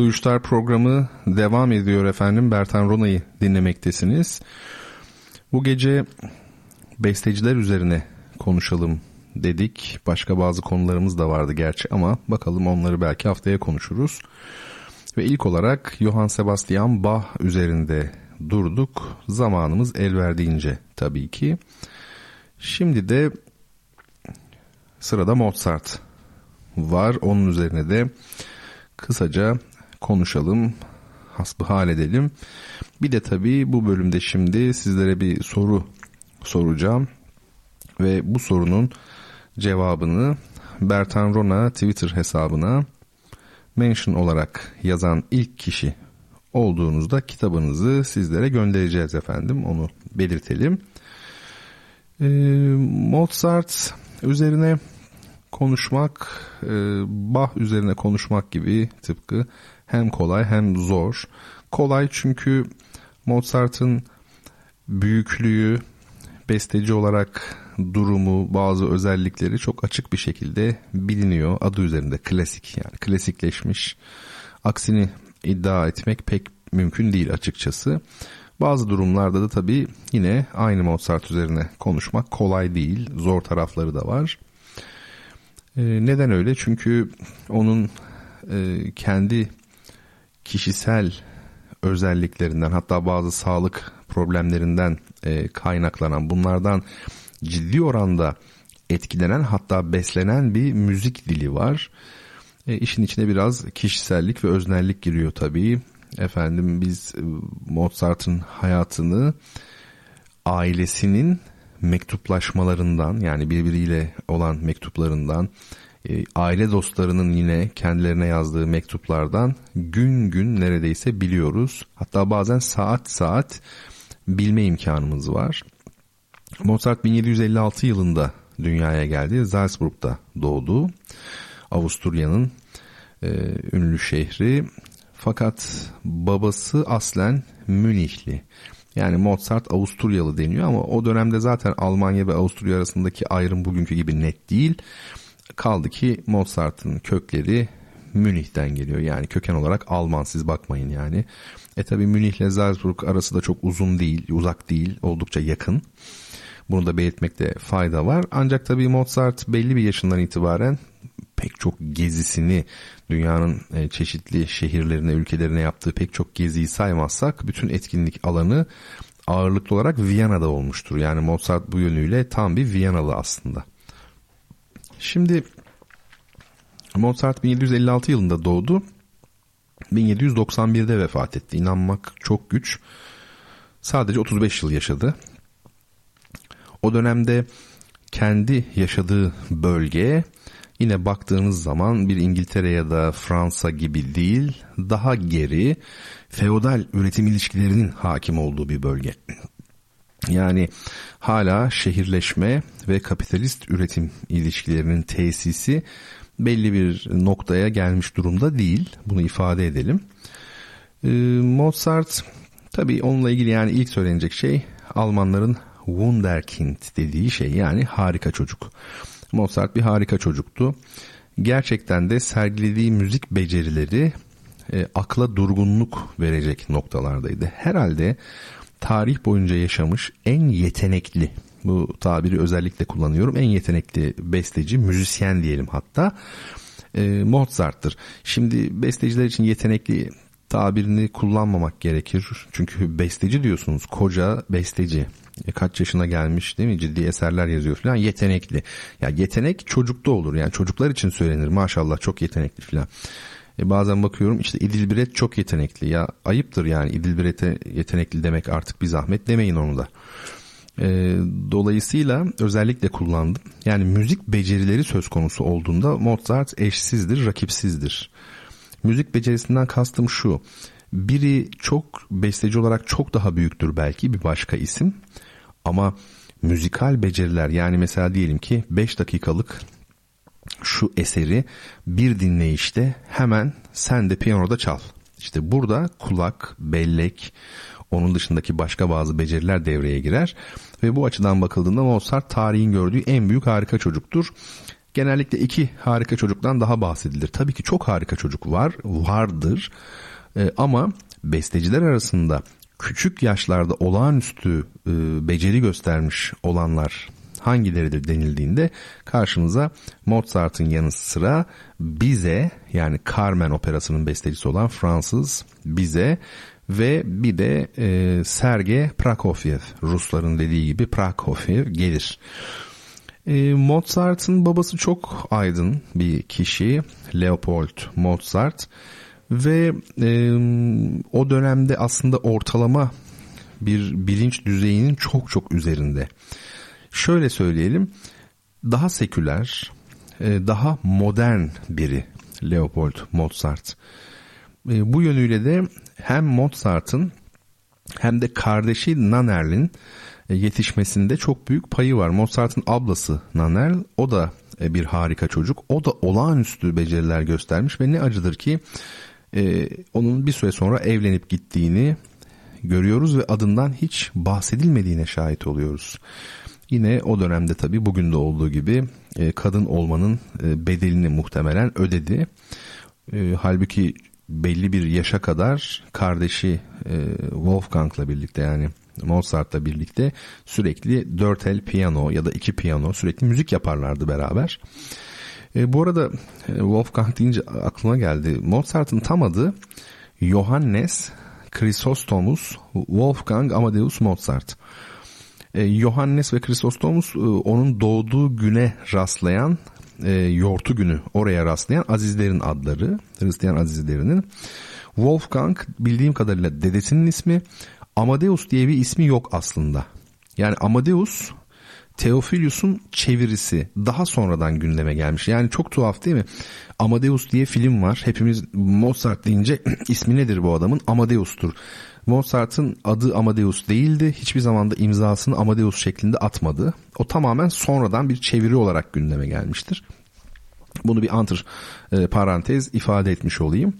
Duyuşlar programı devam ediyor efendim. Bertan Rona'yı dinlemektesiniz. Bu gece besteciler üzerine konuşalım dedik. Başka bazı konularımız da vardı gerçi ama bakalım, onları belki haftaya konuşuruz. Ve ilk olarak Johann Sebastian Bach üzerinde durduk. Zamanımız el verdiğince tabii ki. Şimdi de sırada Mozart var. Onun üzerine de kısaca konuşalım, hasbihal edelim. Bir de tabii bu bölümde şimdi sizlere bir soru soracağım. Ve bu sorunun cevabını Bertan Rona Twitter hesabına mention olarak yazan ilk kişi olduğunuzda kitabınızı sizlere göndereceğiz efendim. Onu belirtelim. Ee, Mozart üzerine konuşmak, e, Bach üzerine konuşmak gibi tıpkı hem kolay hem zor. Kolay çünkü Mozart'ın büyüklüğü, besteci olarak durumu, bazı özellikleri çok açık bir şekilde biliniyor. Adı üzerinde klasik, yani klasikleşmiş. Aksini iddia etmek pek mümkün değil açıkçası. Bazı durumlarda da tabii yine aynı Mozart üzerine konuşmak kolay değil. Zor tarafları da var. Ee, neden öyle? Çünkü onun e, kendi kişisel özelliklerinden, hatta bazı sağlık problemlerinden e, kaynaklanan, bunlardan ciddi oranda etkilenen, hatta beslenen bir müzik dili var. E, işin içine biraz kişisellik ve öznellik giriyor tabii. Efendim biz Mozart'ın hayatını ailesinin mektuplaşmalarından, yani birbiriyle olan mektuplarından, e, aile dostlarının yine kendilerine yazdığı mektuplardan gün gün neredeyse biliyoruz. Hatta bazen saat saat bilme imkanımız var. Mozart bin yedi yüz elli altı yılında dünyaya geldi. Salzburg'da doğdu. Avusturya'nın e, ünlü şehri. Fakat babası aslen Münihli. Yani Mozart Avusturyalı deniyor ama o dönemde zaten Almanya ve Avusturya arasındaki ayrım bugünkü gibi net değil. Kaldı ki Mozart'ın kökleri Münih'ten geliyor. Yani köken olarak Alman, siz bakmayın yani. E tabi Münih ile Salzburg arası da çok uzun değil, uzak değil, oldukça yakın. Bunu da belirtmekte fayda var. Ancak tabii Mozart belli bir yaşından itibaren pek çok gezisini, dünyanın çeşitli şehirlerine, ülkelerine yaptığı pek çok geziyi saymazsak bütün etkinlik alanı ağırlıklı olarak Viyana'da olmuştur. Yani Mozart bu yönüyle tam bir Viyanalı aslında. Şimdi Mozart bin yedi yüz elli altı yılında doğdu. bin yedi yüz doksan birde vefat etti. İnanmak çok güç. Sadece otuz beş yıl yaşadı. O dönemde kendi yaşadığı bölge, yine baktığınız zaman bir İngiltere ya da Fransa gibi değil, daha geri, feodal üretim ilişkilerinin hakim olduğu bir bölge. Yani hala şehirleşme ve kapitalist üretim ilişkilerinin tesisi belli bir noktaya gelmiş durumda değil. Bunu ifade edelim. Ee, Mozart, tabii onunla ilgili yani ilk söylenecek şey Almanların Wunderkind dediği şey, yani harika çocuk. Mozart bir harika çocuktu. Gerçekten de sergilediği müzik becerileri e, akla durgunluk verecek noktalardaydı. Herhalde tarih boyunca yaşamış en yetenekli, bu tabiri özellikle kullanıyorum, en yetenekli besteci, müzisyen diyelim hatta, e, Mozart'tır. Şimdi besteciler için yetenekli tabirini kullanmamak gerekir. Çünkü besteci diyorsunuz, koca besteci. E, kaç yaşına gelmiş değil mi? Ciddi eserler yazıyor falan. Yetenekli. Ya yetenek çocukta olur. Yani çocuklar için söylenir. Maşallah çok yetenekli falan. E, bazen bakıyorum işte İdilbiret çok yetenekli. Ya ayıptır yani İdilbiret'e yetenekli demek, artık bir zahmet demeyin onu da. E, dolayısıyla özellikle kullandım. Yani müzik becerileri söz konusu olduğunda Mozart eşsizdir, rakipsizdir. Müzik becerisinden kastım şu: biri çok besteci olarak çok daha büyüktür belki, bir başka isim, ama müzikal beceriler, yani mesela diyelim ki beş dakikalık şu eseri bir dinleyişte hemen sen de piyanoda çal. İşte burada kulak, bellek, onun dışındaki başka bazı beceriler devreye girer ve bu açıdan bakıldığında Mozart tarihin gördüğü en büyük harika çocuktur. genellikle iki harika çocuktan daha bahsedilir. Tabii ki çok harika çocuk var, vardır. Ee, ama besteciler arasında küçük yaşlarda olağanüstü e, beceri göstermiş olanlar hangileridir denildiğinde karşımıza Mozart'ın yanı sıra Bizet, yani Carmen operasının bestecisi olan Fransız Bizet ve bir de e, Sergei Prokofiev, Rusların dediği gibi Prokofiev gelir. E, Mozart'ın babası çok aydın bir kişi, Leopold Mozart, ve e, o dönemde aslında ortalama bir bilinç düzeyinin çok çok üzerinde. Şöyle söyleyelim, daha seküler, daha modern biri Leopold Mozart. Bu yönüyle de hem Mozart'ın hem de kardeşi Nannerl'in yetişmesinde çok büyük payı var. Mozart'ın ablası Nannerl, o da bir harika çocuk. O da olağanüstü beceriler göstermiş ve ne acıdır ki onun bir süre sonra evlenip gittiğini görüyoruz ve adından hiç bahsedilmediğine şahit oluyoruz. Yine o dönemde tabii bugün de olduğu gibi kadın olmanın bedelini muhtemelen ödedi. Halbuki belli bir yaşa kadar kardeşi Wolfgang'la birlikte, yani Mozart'la birlikte sürekli dört el piyano ya da iki piyano, sürekli müzik yaparlardı beraber. Bu arada Wolfgang deyince aklıma geldi. Mozart'ın tam adı Johannes Chrysostomus Wolfgang Amadeus Mozart. Johannes ve Chrysostomus onun doğduğu güne rastlayan, e, yortu günü oraya rastlayan azizlerin adları, Hristiyan azizlerinin. Wolfgang bildiğim kadarıyla dedesinin ismi. Amadeus diye bir ismi yok aslında. Yani Amadeus Theophilus'un çevirisi, daha sonradan gündeme gelmiş. Yani çok tuhaf değil mi? Amadeus diye film var. Hepimiz Mozart deyince ismi nedir bu adamın? Amadeus'tur. Mozart'ın adı Amadeus değildi. Hiçbir zaman da imzasını Amadeus şeklinde atmadı. O tamamen sonradan bir çeviri olarak gündeme gelmiştir. Bunu bir antır e, parantez ifade etmiş olayım.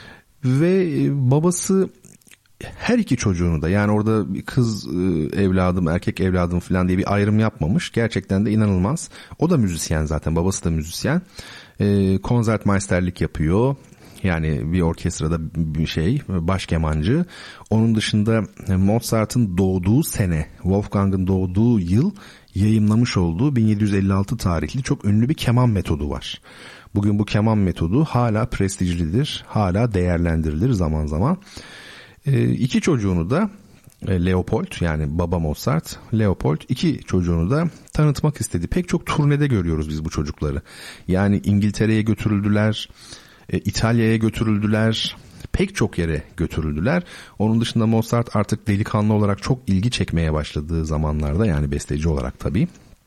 Ve e, babası her iki çocuğunu da, yani orada bir kız e, evladım, erkek evladım falan diye bir ayrım yapmamış. Gerçekten de inanılmaz. O da müzisyen zaten. Babası da müzisyen. E, konsertmeisterlik yapıyor. Yani bir orkestrada bir şey, baş kemancı. Onun dışında Mozart'ın doğduğu sene, Wolfgang'ın doğduğu yıl yayımlamış olduğu bin yedi yüz elli altı tarihli çok ünlü bir keman metodu var. Bugün bu keman metodu hala prestijlidir, hala değerlendirilir zaman zaman. E, iki çocuğunu da Leopold, yani baba Mozart, Leopold iki çocuğunu da tanıtmak istedi. Pek çok turnede görüyoruz biz bu çocukları. Yani İngiltere'ye götürüldüler, İtalya'ya götürüldüler, pek çok yere götürüldüler. Onun dışında Mozart artık delikanlı olarak çok ilgi çekmeye başladığı zamanlarda, yani besteci olarak tabii,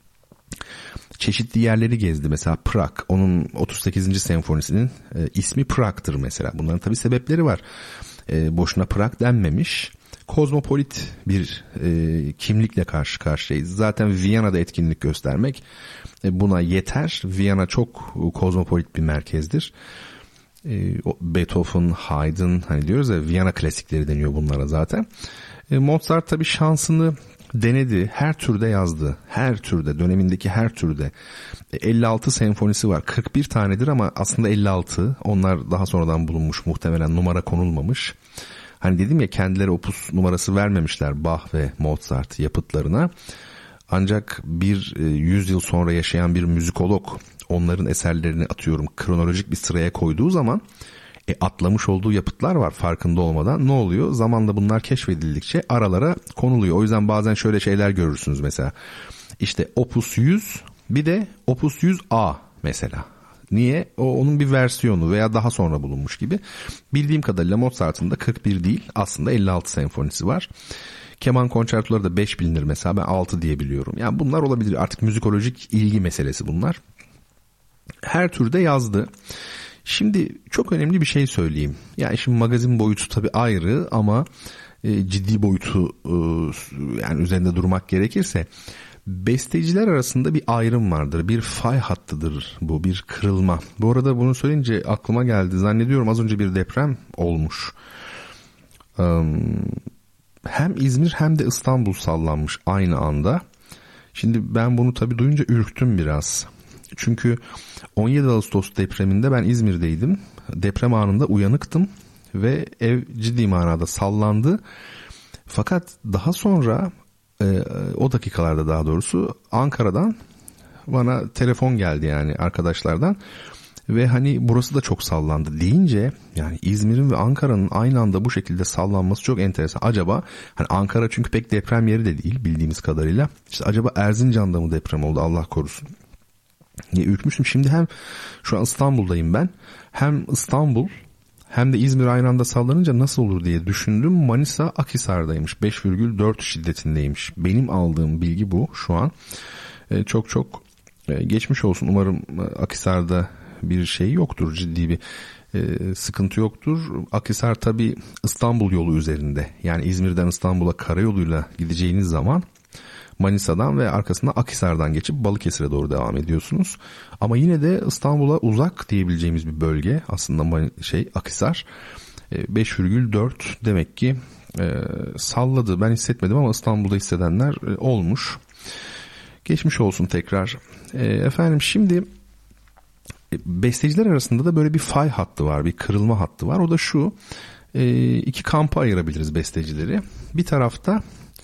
çeşitli yerleri gezdi. Mesela Prag, onun otuz sekizinci senfonisinin e, ismi Prag'tır mesela. Bunların tabii sebepleri var. E, boşuna Prag denmemiş. Kozmopolit bir e, kimlikle karşı karşıyayız. Zaten Viyana'da etkinlik göstermek e, buna yeter. Viyana çok kozmopolit bir merkezdir. E, Beethoven, Haydn, hani diyoruz ya, Viyana klasikleri deniyor bunlara zaten. E, Mozart tabii şansını denedi. Her türde yazdı. Her türde, dönemindeki her türde. E, elli altı senfonisi var. kırk bir tanedir ama aslında elli altı. Onlar daha sonradan bulunmuş, muhtemelen numara konulmamış. Hani dedim ya, kendileri opus numarası vermemişler Bach ve Mozart yapıtlarına. Ancak bir yüz yıl sonra yaşayan bir müzikolog onların eserlerini, atıyorum, kronolojik bir sıraya koyduğu zaman e, atlamış olduğu yapıtlar var farkında olmadan. Ne oluyor? Zamanla bunlar keşfedildikçe aralara konuluyor. O yüzden bazen şöyle şeyler görürsünüz mesela. İşte opus yüz, bir de opus yüz A mesela. Niye? O onun bir versiyonu veya daha sonra bulunmuş gibi. Bildiğim kadarıyla Mozart'ın da kırk bir değil, aslında elli altı senfonisi var. Keman konçertoları da beş bilinir mesela, ben altı diye biliyorum. Yani bunlar olabilir, artık müzikolojik ilgi meselesi bunlar. Her türde yazdı. Şimdi çok önemli bir şey söyleyeyim. Yani şimdi magazin boyutu tabii ayrı ama e, ciddi boyutu e, yani üzerinde durmak gerekirse, besteciler arasında bir ayrım vardır. Bir fay hattıdır bu, bir kırılma. Bu arada bunu söyleyince aklıma geldi. Zannediyorum az önce bir deprem olmuş. Hem İzmir hem de İstanbul sallanmış aynı anda. Şimdi ben bunu tabii duyunca ürktüm biraz. Çünkü on yedi Ağustos depreminde ben İzmir'deydim. Deprem anında uyanıktım ve ev ciddi manada sallandı. Fakat daha sonra e, o dakikalarda daha doğrusu Ankara'dan bana telefon geldi, yani arkadaşlardan. Ve hani burası da çok sallandı deyince, yani İzmir'in ve Ankara'nın aynı anda bu şekilde sallanması çok enteresan. Acaba hani Ankara çünkü pek deprem yeri de değil bildiğimiz kadarıyla. İşte acaba Erzincan'da mı deprem oldu, Allah korusun. Ya ürkmüştüm. Şimdi hem şu an İstanbul'dayım ben. Hem İstanbul hem de İzmir aynı anda sallanınca nasıl olur diye düşündüm. Manisa Akhisar'daymış. beş virgül dört şiddetindeymiş. Benim aldığım bilgi bu şu an. Ee, çok çok e, geçmiş olsun. Umarım Akhisar'da bir şey yoktur, ciddi bir e, sıkıntı yoktur. Akhisar tabii İstanbul yolu üzerinde. Yani İzmir'den İstanbul'a karayoluyla gideceğiniz zaman Manisa'dan ve arkasından Akhisar'dan geçip Balıkesir'e doğru devam ediyorsunuz. Ama yine de İstanbul'a uzak diyebileceğimiz bir bölge aslında şey Akhisar. E, beş virgül dört demek ki e, salladı. Ben hissetmedim ama İstanbul'da hissedenler e, olmuş. Geçmiş olsun tekrar. E, efendim şimdi besteciler arasında da böyle bir fay hattı var, bir kırılma hattı var. O da şu, iki kampa ayırabiliriz bestecileri. Bir tarafta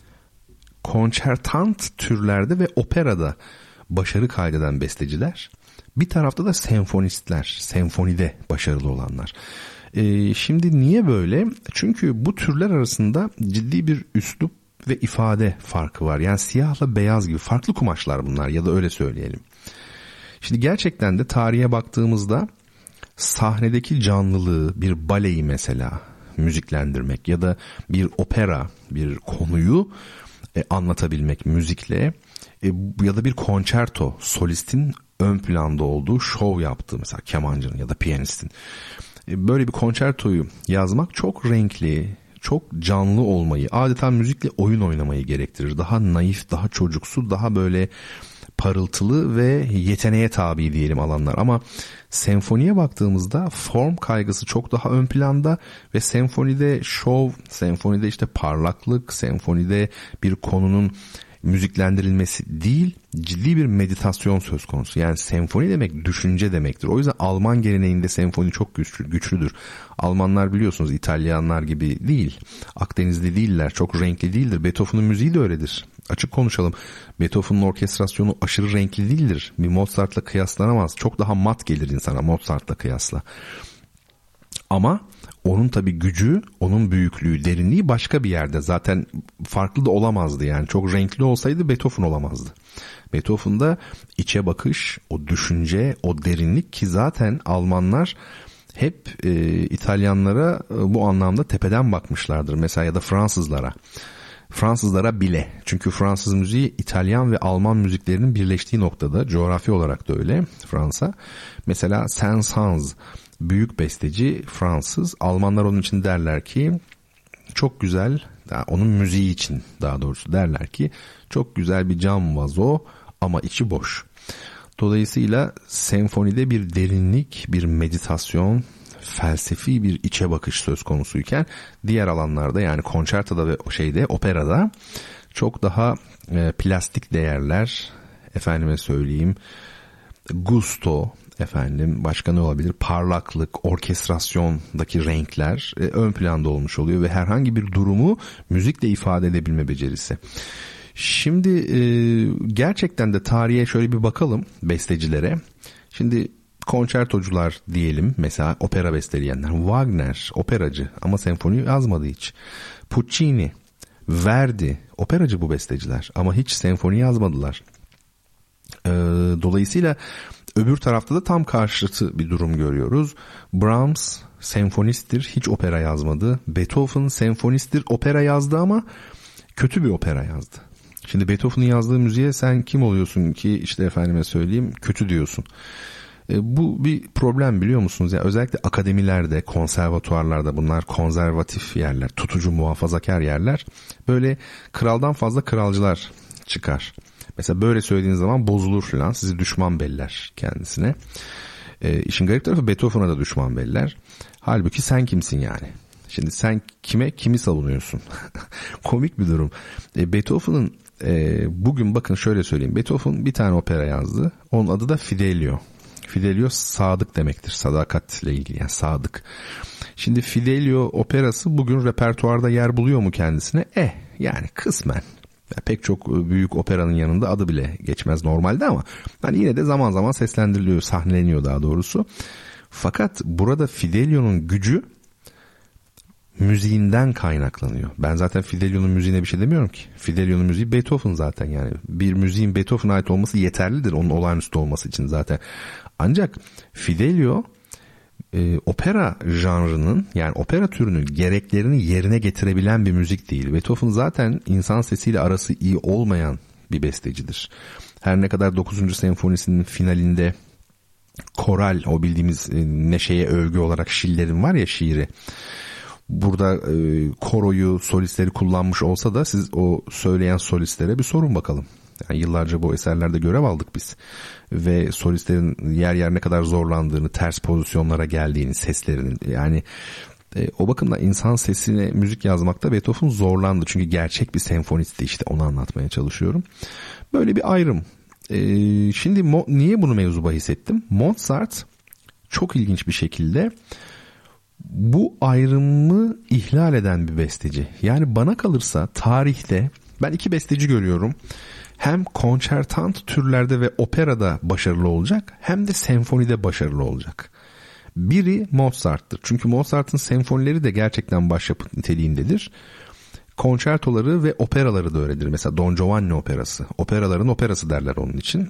konçertant türlerde ve operada başarı kaydeden besteciler. Bir tarafta da senfonistler, senfonide başarılı olanlar. Şimdi niye böyle? Çünkü bu türler arasında ciddi bir üslup ve ifade farkı var. Yani siyahla beyaz gibi farklı kumaşlar bunlar, ya da öyle söyleyelim. Şimdi gerçekten de tarihe baktığımızda sahnedeki canlılığı, bir baleyi mesela müziklendirmek ya da bir opera, bir konuyu e, anlatabilmek müzikle e, ya da bir konçerto, solistin ön planda olduğu şov yaptığı mesela kemancının ya da piyanistin. E, böyle bir konçertoyu yazmak çok renkli, çok canlı olmayı, adeta müzikle oyun oynamayı gerektirir. Daha naif, daha çocuksu, daha böyle parıltılı ve yeteneğe tabi diyelim alanlar. Ama senfoniye baktığımızda form kaygısı çok daha ön planda ve senfonide şov, senfonide işte parlaklık, senfonide bir konunun müziklendirilmesi değil, ciddi bir meditasyon söz konusu. Yani senfoni demek düşünce demektir. O yüzden Alman geleneğinde senfoni çok güçlü, güçlüdür. Almanlar biliyorsunuz İtalyanlar gibi değil. Akdenizli değiller, çok renkli değildir. Beethoven'ın müziği de öyledir. Açık konuşalım. Beethoven'ın orkestrasyonu aşırı renkli değildir. Bir Mozart'la kıyaslanamaz. Çok daha mat gelir insana Mozart'la kıyasla. Ama onun tabii gücü, onun büyüklüğü, derinliği başka bir yerde. Zaten farklı da olamazdı yani. Çok renkli olsaydı Beethoven olamazdı. Beethoven'da içe bakış, o düşünce, o derinlik ki zaten Almanlar hep e, İtalyanlara e, bu anlamda tepeden bakmışlardır. Mesela ya da Fransızlara. Fransızlara bile. Çünkü Fransız müziği İtalyan ve Alman müziklerinin birleştiği noktada. Coğrafi olarak da öyle Fransa. Mesela Saint-Saëns büyük besteci Fransız. Almanlar onun için derler ki çok güzel, onun müziği için daha doğrusu derler ki çok güzel bir cam vazo ama içi boş. Dolayısıyla senfonide bir derinlik, bir meditasyon, felsefi bir içe bakış söz konusuyken diğer alanlarda yani konçertoda ve şeyde operada çok daha e, plastik değerler, efendime söyleyeyim gusto, efendim başka ne olabilir, parlaklık, orkestrasyondaki renkler e, ön planda olmuş oluyor ve herhangi bir durumu müzikle ifade edebilme becerisi. Şimdi e, gerçekten de tarihe şöyle bir bakalım bestecilere. Şimdi konçertocular diyelim mesela opera besteleyenler. Wagner operacı ama senfoni yazmadı hiç. Puccini, Verdi operacı bu besteciler ama hiç senfoni yazmadılar. Ee, dolayısıyla öbür tarafta da tam karşıtı bir durum görüyoruz. Brahms senfonisttir, hiç opera yazmadı. Beethoven senfonisttir, opera yazdı ama kötü bir opera yazdı. Şimdi Beethoven'ın yazdığı müziğe sen kim oluyorsun ki işte efendime söyleyeyim kötü diyorsun. E, bu bir problem biliyor musunuz? Yani özellikle akademilerde, konservatuarlarda bunlar konservatif yerler, tutucu, muhafazakar yerler. Böyle kraldan fazla kralcılar çıkar. Mesela böyle söylediğiniz zaman bozulur falan, sizi düşman beller kendisine. E, işin garip tarafı Beethoven'a da düşman beller. Halbuki sen kimsin yani? Şimdi sen kime, kimi savunuyorsun? Komik bir durum. E, Beethoven'ın e, bugün bakın şöyle söyleyeyim. Beethoven bir tane opera yazdı. Onun adı da Fidelio. Fidelio sadık demektir. Sadakatle ilgili, yani sadık. Şimdi Fidelio operası bugün repertuarda yer buluyor mu kendisine? Eh yani kısmen. Yani pek çok büyük operanın yanında adı bile geçmez normalde ama hani yine de zaman zaman seslendiriliyor, sahneleniyor daha doğrusu. Fakat burada Fidelio'nun gücü müziğinden kaynaklanıyor. Ben zaten Fidelio'nun müziğine bir şey demiyorum ki. Fidelio'nun müziği Beethoven zaten yani. Bir müziğin Beethoven'a ait olması yeterlidir onun olağanüstü olması için zaten. Ancak Fidelio e, opera janrının, yani opera türünün gereklerini yerine getirebilen bir müzik değil. Beethoven zaten insan sesiyle arası iyi olmayan bir bestecidir. Her ne kadar dokuzuncu senfonisinin finalinde koral, o bildiğimiz e, neşeye övgü olarak Schiller'in var ya şiiri. Burada e, koroyu, solistleri kullanmış olsa da siz o söyleyen solistlere bir sorun bakalım. Yani yıllarca bu eserlerde görev aldık biz. Ve solistlerin yer yer ne kadar zorlandığını, ters pozisyonlara geldiğini, seslerinin, yani e, o bakımdan insan sesine müzik yazmakta Beethoven zorlandı. Çünkü gerçek bir senfonistti, işte onu anlatmaya çalışıyorum. Böyle bir ayrım. E, şimdi mo- niye bunu mevzu bahis ettim? Mozart çok ilginç bir şekilde bu ayrımı ihlal eden bir besteci. Yani bana kalırsa tarihte ben iki besteci görüyorum. Hem konçertant türlerde ve operada başarılı olacak, hem de senfonide başarılı olacak. Biri Mozart'tır. Çünkü Mozart'ın senfonileri de gerçekten başyapıt niteliğindedir. Konçertoları ve operaları da öyledir. Mesela Don Giovanni operası. Operaların operası derler onun için.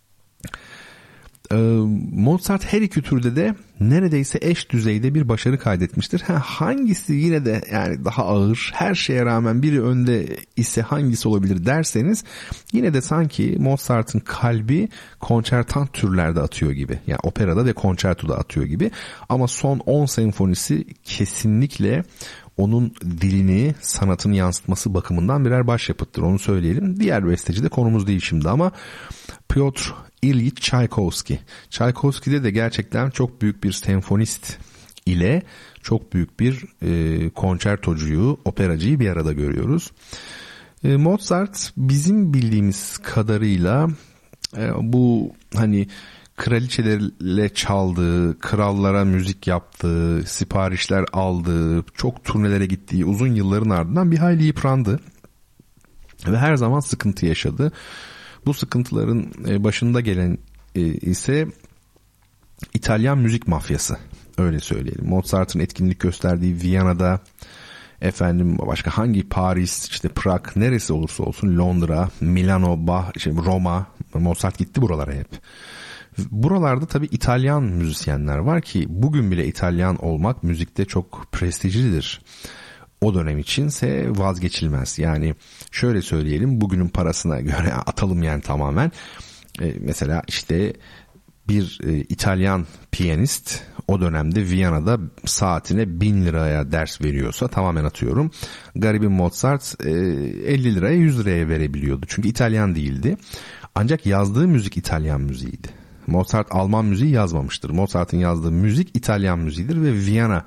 Mozart her iki türde de neredeyse eş düzeyde bir başarı kaydetmiştir. Ha, hangisi yine de yani daha ağır, her şeye rağmen biri önde ise hangisi olabilir derseniz, yine de sanki Mozart'ın kalbi konçertant türlerde atıyor gibi. Yani operada ve konçertoda atıyor gibi. Ama son on senfonisi kesinlikle onun dilini, sanatını yansıtması bakımından birer başyapıttır. Onu söyleyelim. Diğer besteci de konumuz değil şimdi ama Piotr İlyich Tchaikovsky. Tchaikovsky'de de gerçekten çok büyük bir senfonist ile çok büyük bir e, konçertocuyu, operacıyı bir arada görüyoruz. E, Mozart bizim bildiğimiz kadarıyla e, bu hani kraliçelerle çaldığı, krallara müzik yaptığı, siparişler aldığı, çok turnelere gittiği uzun yılların ardından bir hayli yıprandı. Ve her zaman sıkıntı yaşadı. Bu sıkıntıların başında gelen ise İtalyan müzik mafyası, öyle söyleyelim. Mozart'ın etkinlik gösterdiği Viyana'da, efendim başka hangi, Paris, işte Prag, neresi olursa olsun, Londra, Milano, bah, işte Roma, Mozart gitti buralara hep. Buralarda tabii İtalyan müzisyenler var ki bugün bile İtalyan olmak müzikte çok prestijlidir. O dönem içinse vazgeçilmez. Yani şöyle söyleyelim, bugünün parasına göre atalım yani tamamen. Ee, mesela işte bir e, İtalyan piyanist o dönemde Viyana'da saatine bin liraya ders veriyorsa, tamamen atıyorum, garibim Mozart e, elli liraya yüz liraya verebiliyordu. Çünkü İtalyan değildi. Ancak yazdığı müzik İtalyan müziğiydi. Mozart Alman müziği yazmamıştır. Mozart'ın yazdığı müzik İtalyan müziğidir ve Viyana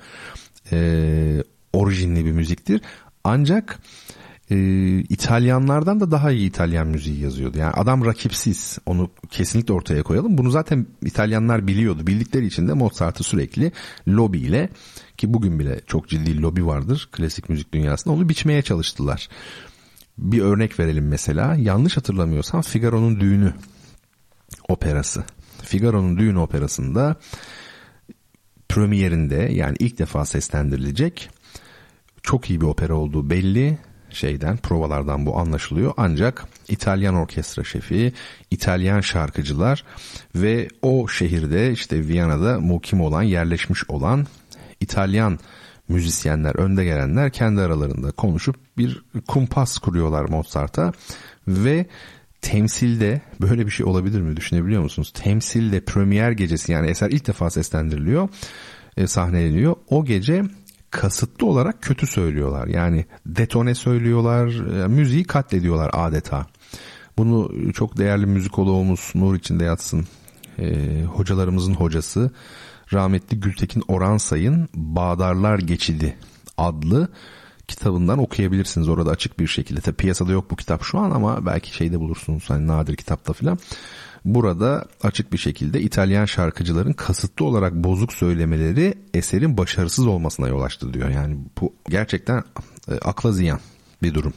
e, orijinli bir müziktir. Ancak e, İtalyanlardan da daha iyi İtalyan müziği yazıyordu. Yani adam rakipsiz. Onu kesinlikle ortaya koyalım. Bunu zaten İtalyanlar biliyordu. Bildikleri için de Mozart'ı sürekli lobiyle, ki bugün bile çok ciddi lobi vardır klasik müzik dünyasında, onu biçmeye çalıştılar. Bir örnek verelim mesela. Yanlış hatırlamıyorsam Figaro'nun Düğünü operası. Figaro'nun Düğünü operasında premierinde, yani ilk defa seslendirilecek, çok iyi bir opera olduğu belli, şeyden, provalardan bu anlaşılıyor. Ancak İtalyan orkestra şefi, İtalyan şarkıcılar ve o şehirde, işte Viyana'da mukim olan, yerleşmiş olan İtalyan müzisyenler, önde gelenler kendi aralarında konuşup bir kumpas kuruyorlar Mozart'a ve temsilde, böyle bir şey olabilir mi, düşünebiliyor musunuz? Temsilde premier gecesi, yani eser ilk defa seslendiriliyor, e, sahneleniyor. O gece kasıtlı olarak kötü söylüyorlar. Yani detone söylüyorlar, e, müziği katlediyorlar adeta. Bunu çok değerli müzikoloğumuz, nur içinde yatsın, e, hocalarımızın hocası rahmetli Gültekin Oransay'ın Bağdarlar Geçidi adlı kitabından okuyabilirsiniz orada açık bir şekilde. Tabii piyasada yok bu kitap şu an ama belki şeyde bulursunuz, hani nadir kitapta filan. Burada açık bir şekilde İtalyan şarkıcıların kasıtlı olarak bozuk söylemeleri eserin başarısız olmasına yol açtı diyor. Yani bu gerçekten e, akla ziyan bir durum.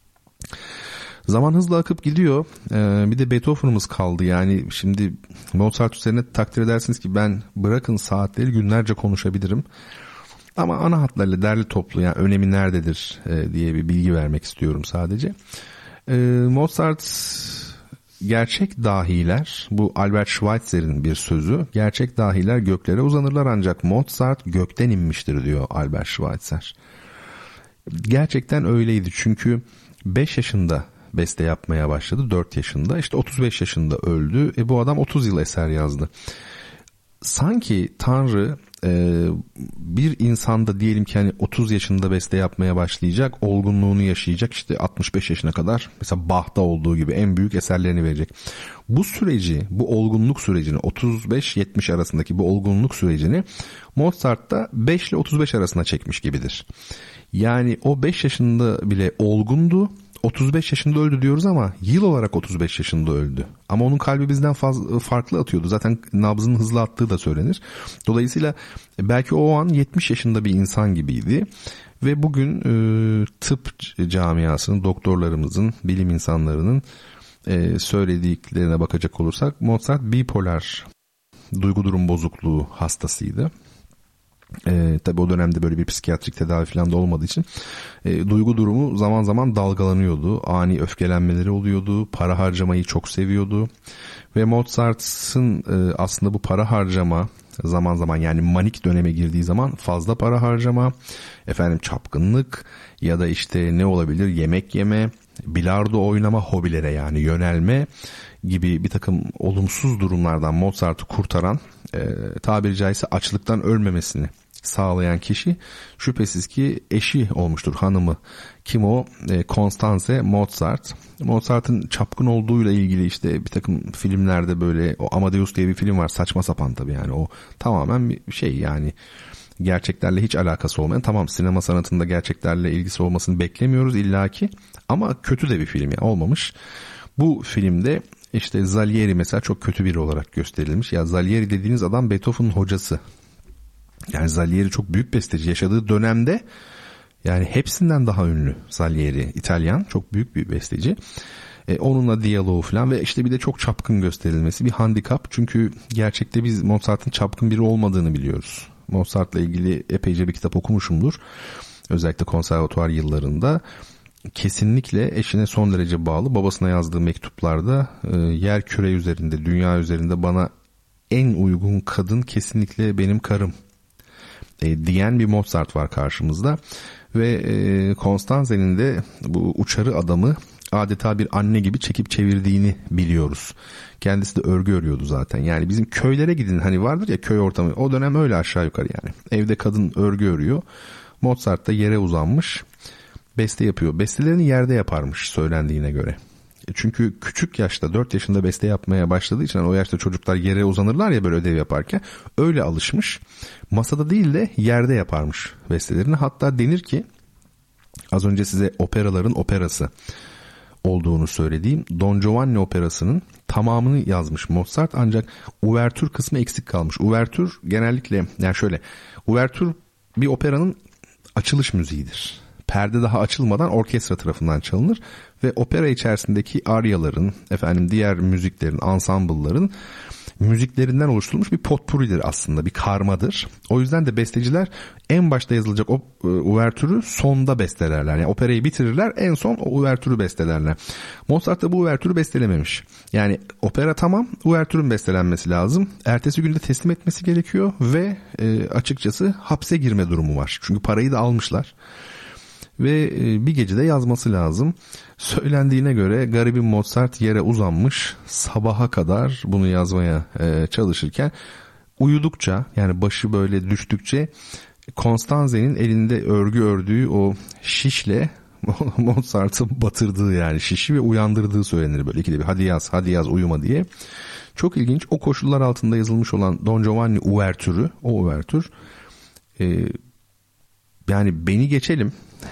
Zaman hızla akıp gidiyor. Ee, bir de Beethoven'ımız kaldı. Yani şimdi Mozart üzerine takdir edersiniz ki ben bırakın saatleri günlerce konuşabilirim. Ama ana hatlarıyla derli toplu, yani önemi nerededir e, diye bir bilgi vermek istiyorum sadece. E, Mozart gerçek dahiler, bu Albert Schweitzer'in bir sözü, gerçek dahiler göklere uzanırlar ancak Mozart gökten inmiştir diyor Albert Schweitzer. Gerçekten öyleydi çünkü beş yaşında beste yapmaya başladı, dört yaşında, işte otuz beş yaşında öldü. E bu adam otuz yıl eser yazdı. Sanki Tanrı e, bir insanda diyelim ki hani otuz yaşında beste yapmaya başlayacak, olgunluğunu yaşayacak, işte altmış beş yaşına kadar mesela Bach'ta olduğu gibi en büyük eserlerini verecek. Bu süreci, bu olgunluk sürecini, otuz beş yetmiş arasındaki bu olgunluk sürecini Mozart'ta beş ile otuz beş arasına çekmiş gibidir. Yani o beş yaşında bile olgundu. otuz beş yaşında öldü diyoruz ama yıl olarak otuz beş yaşında öldü. Ama onun kalbi bizden fazla, farklı atıyordu. Zaten nabzının hızlı attığı da söylenir. Dolayısıyla belki o an yetmiş yaşında bir insan gibiydi. Ve bugün e, tıp camiasının, doktorlarımızın, bilim insanlarının e, söylediklerine bakacak olursak Mozart bipolar duygu durum bozukluğu hastasıydı. Ee, tabii o dönemde böyle bir psikiyatrik tedavi falan da olmadığı için e, duygu durumu zaman zaman dalgalanıyordu. Ani öfkelenmeleri oluyordu. Para harcamayı çok seviyordu. Ve Mozart'ın e, aslında bu para harcama zaman zaman, yani manik döneme girdiği zaman fazla para harcama, efendim çapkınlık ya da işte ne olabilir, yemek yeme, bilardo oynama, hobilere yani yönelme gibi bir takım olumsuz durumlardan Mozart'ı kurtaran, e, tabiri caizse açlıktan ölmemesini sağlayan kişi şüphesiz ki eşi olmuştur, hanımı. Kim o? E, Constanze Mozart. Mozart'ın çapkın olduğuyla ilgili işte bir takım filmlerde böyle, o Amadeus diye bir film var, saçma sapan tabii, yani o tamamen bir şey, yani gerçeklerle hiç alakası olmayan, tamam sinema sanatında gerçeklerle ilgisi olmasını beklemiyoruz illaki ama kötü de bir film, yani olmamış. Bu filmde işte Salieri mesela çok kötü biri olarak gösterilmiş. Ya Salieri dediğiniz adam Beethoven'ın hocası. Yani Salieri çok büyük besteci. Yaşadığı dönemde yani hepsinden daha ünlü Salieri. İtalyan, çok büyük bir besteci. E, onunla diyaloğu falan ve işte bir de çok çapkın gösterilmesi bir handikap. Çünkü gerçekte biz Mozart'ın çapkın biri olmadığını biliyoruz. Mozart'la ilgili epeyce bir kitap okumuşumdur. Özellikle konservatuvar yıllarında. Kesinlikle eşine son derece bağlı. Babasına yazdığı mektuplarda e, yer küre üzerinde, dünya üzerinde bana en uygun kadın kesinlikle benim karım e, diyen bir Mozart var karşımızda. Ve e, Constanze'nin de bu uçarı adamı adeta bir anne gibi çekip çevirdiğini biliyoruz. Kendisi de örgü örüyordu zaten. Yani bizim köylere gidin, hani vardır ya köy ortamı, o dönem öyle aşağı yukarı yani. Evde kadın örgü örüyor. Mozart da yere uzanmış beste yapıyor. Bestelerini yerde yaparmış söylendiğine göre. Çünkü küçük yaşta, dört yaşında beste yapmaya başladığı için, yani o yaşta çocuklar yere uzanırlar ya böyle ödev yaparken, öyle alışmış. Masada değil de yerde yaparmış bestelerini. Hatta denir ki, az önce size operaların operası olduğunu söylediğim Don Giovanni operasının tamamını yazmış Mozart, ancak uvertür kısmı eksik kalmış. Uvertür genellikle, yani şöyle, uvertür bir operanın açılış müziğidir. Perde daha açılmadan orkestra tarafından çalınır ve opera içerisindeki aryaların, efendim diğer müziklerin, ansambılların müziklerinden oluşturulmuş bir potpuridir aslında, bir karmadır. O yüzden de besteciler en başta yazılacak o uvertürü sonda bestelerler. Yani operayı bitirirler, en son o uvertürü bestelerler. Mozart da bu uvertürü bestelememiş. Yani opera tamam, uvertürün bestelenmesi lazım. Ertesi günde teslim etmesi gerekiyor ve e, açıkçası hapse girme durumu var. Çünkü parayı da almışlar. Ve bir gecede yazması lazım. Söylendiğine göre garibim Mozart yere uzanmış, sabaha kadar bunu yazmaya çalışırken uyudukça, yani başı böyle düştükçe Constanze'nin elinde örgü ördüğü o şişle Mozart'ın batırdığı, yani şişi ve uyandırdığı söylenir böyle ikide bir, hadi yaz hadi yaz uyuma diye. Çok ilginç, o koşullar altında yazılmış olan Don Giovanni uvertürü, o uvertür e, yani beni geçelim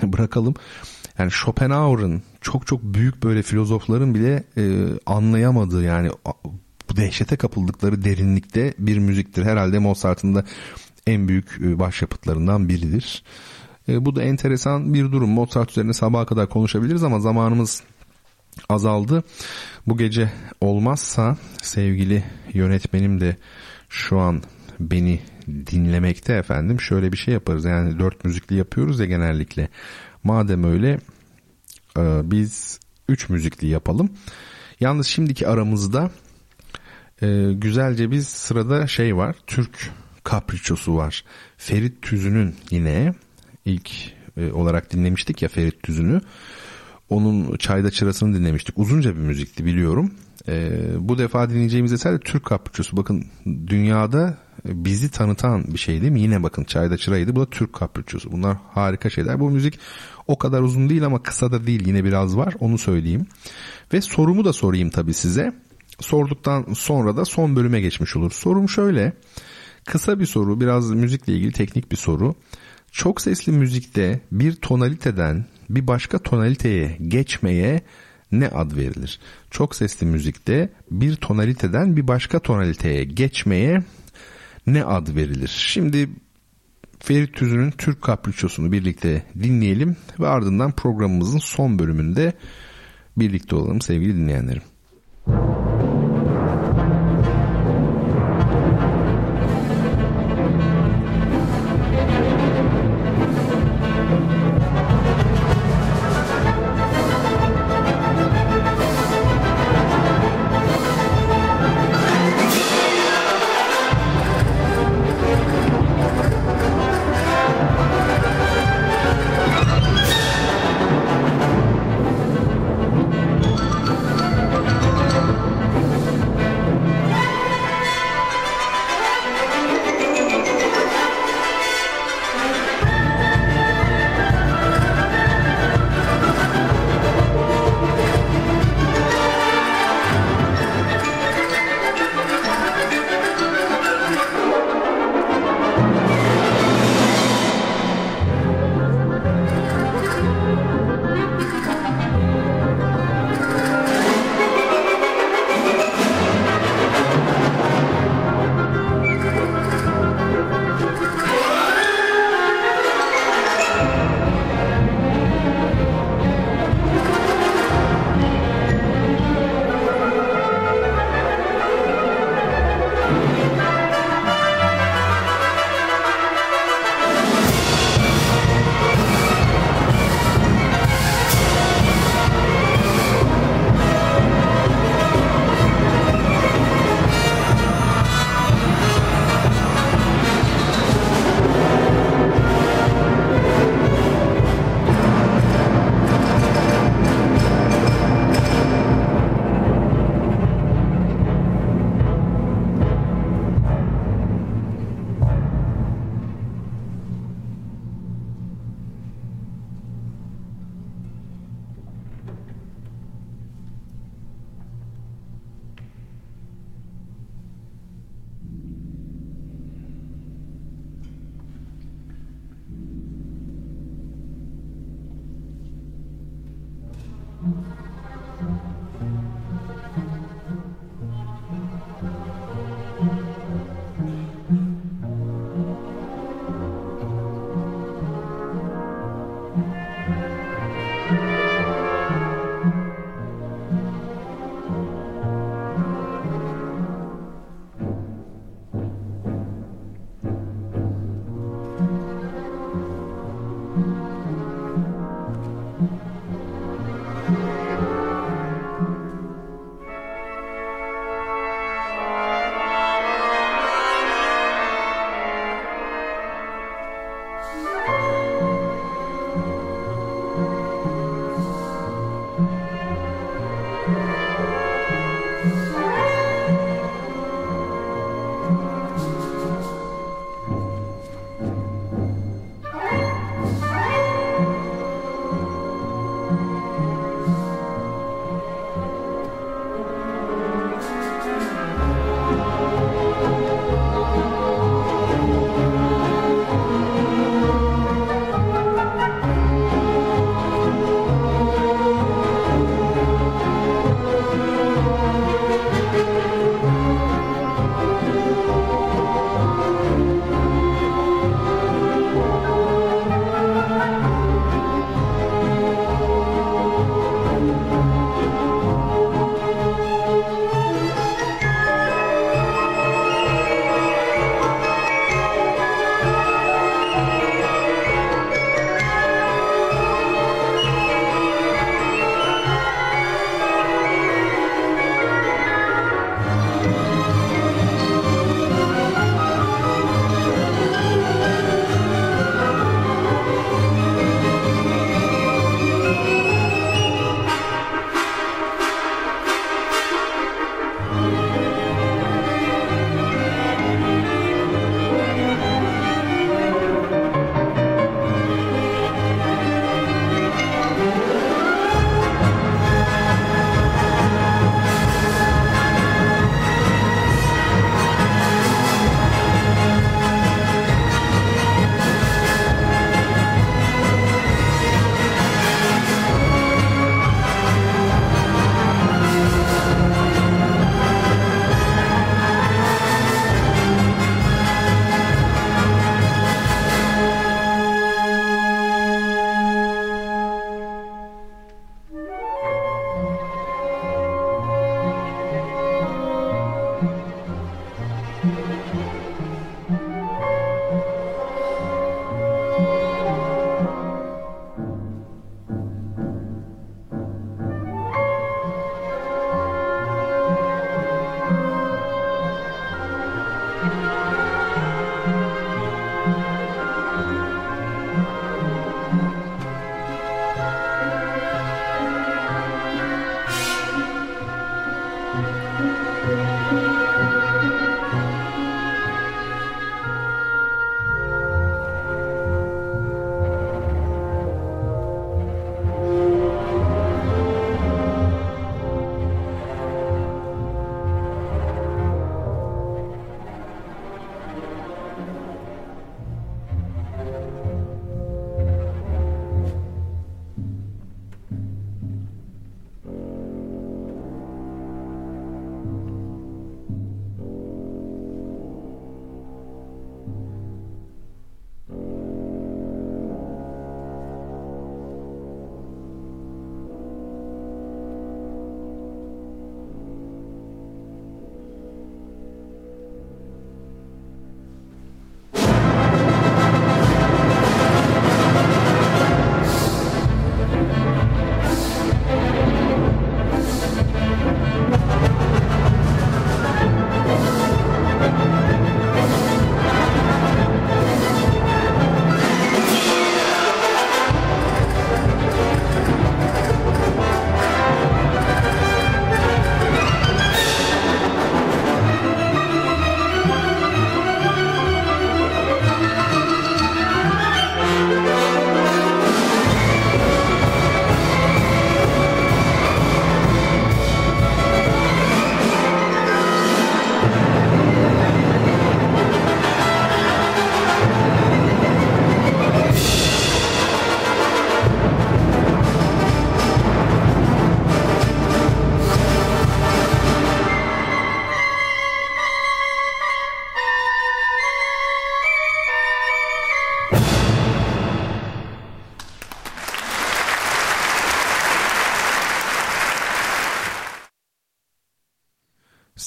bırakalım. Yani Schopenhauer'ın, çok çok büyük böyle filozofların bile e, anlayamadığı, yani bu dehşete kapıldıkları derinlikte bir müziktir. Herhalde Mozart'ın da en büyük e, başyapıtlarından biridir. E, bu da enteresan bir durum. Mozart üzerine sabaha kadar konuşabiliriz ama zamanımız azaldı. Bu gece olmazsa sevgili yönetmenim de şu an beni dinlemekte efendim. Şöyle bir şey yaparız. Yani dört müzikli yapıyoruz ya genellikle. Madem öyle e, biz üç müzikli yapalım. Yalnız şimdiki aramızda e, güzelce biz sırada şey var. Türk Kapriçosu var. Ferit Tüzün'ün, yine ilk e, olarak dinlemiştik ya Ferit Tüzün'ü. Onun Çayda Çırası'nı dinlemiştik. Uzunca bir müzikti biliyorum. Ee, bu defa dinleyeceğimiz eser de Türk Kapriçosu. Bakın, dünyada bizi tanıtan bir şey değil mi? Yine bakın, Çayda Çıra'ydı. Bu da Türk Kapriçosu. Bunlar harika şeyler. Bu müzik o kadar uzun değil ama kısa da değil. Yine biraz var. Onu söyleyeyim. Ve sorumu da sorayım tabii size. Sorduktan sonra da son bölüme geçmiş olur. Sorum şöyle. Kısa bir soru. Biraz müzikle ilgili teknik bir soru. Çok sesli müzikte bir tonaliteden bir başka tonaliteye geçmeye ne ad verilir? Çok sesli müzikte bir tonaliteden bir başka tonaliteye geçmeye ne ad verilir? Şimdi Ferit Tüzün'ün Türk Kapriçosunu birlikte dinleyelim ve ardından programımızın son bölümünde birlikte olalım sevgili dinleyenlerim.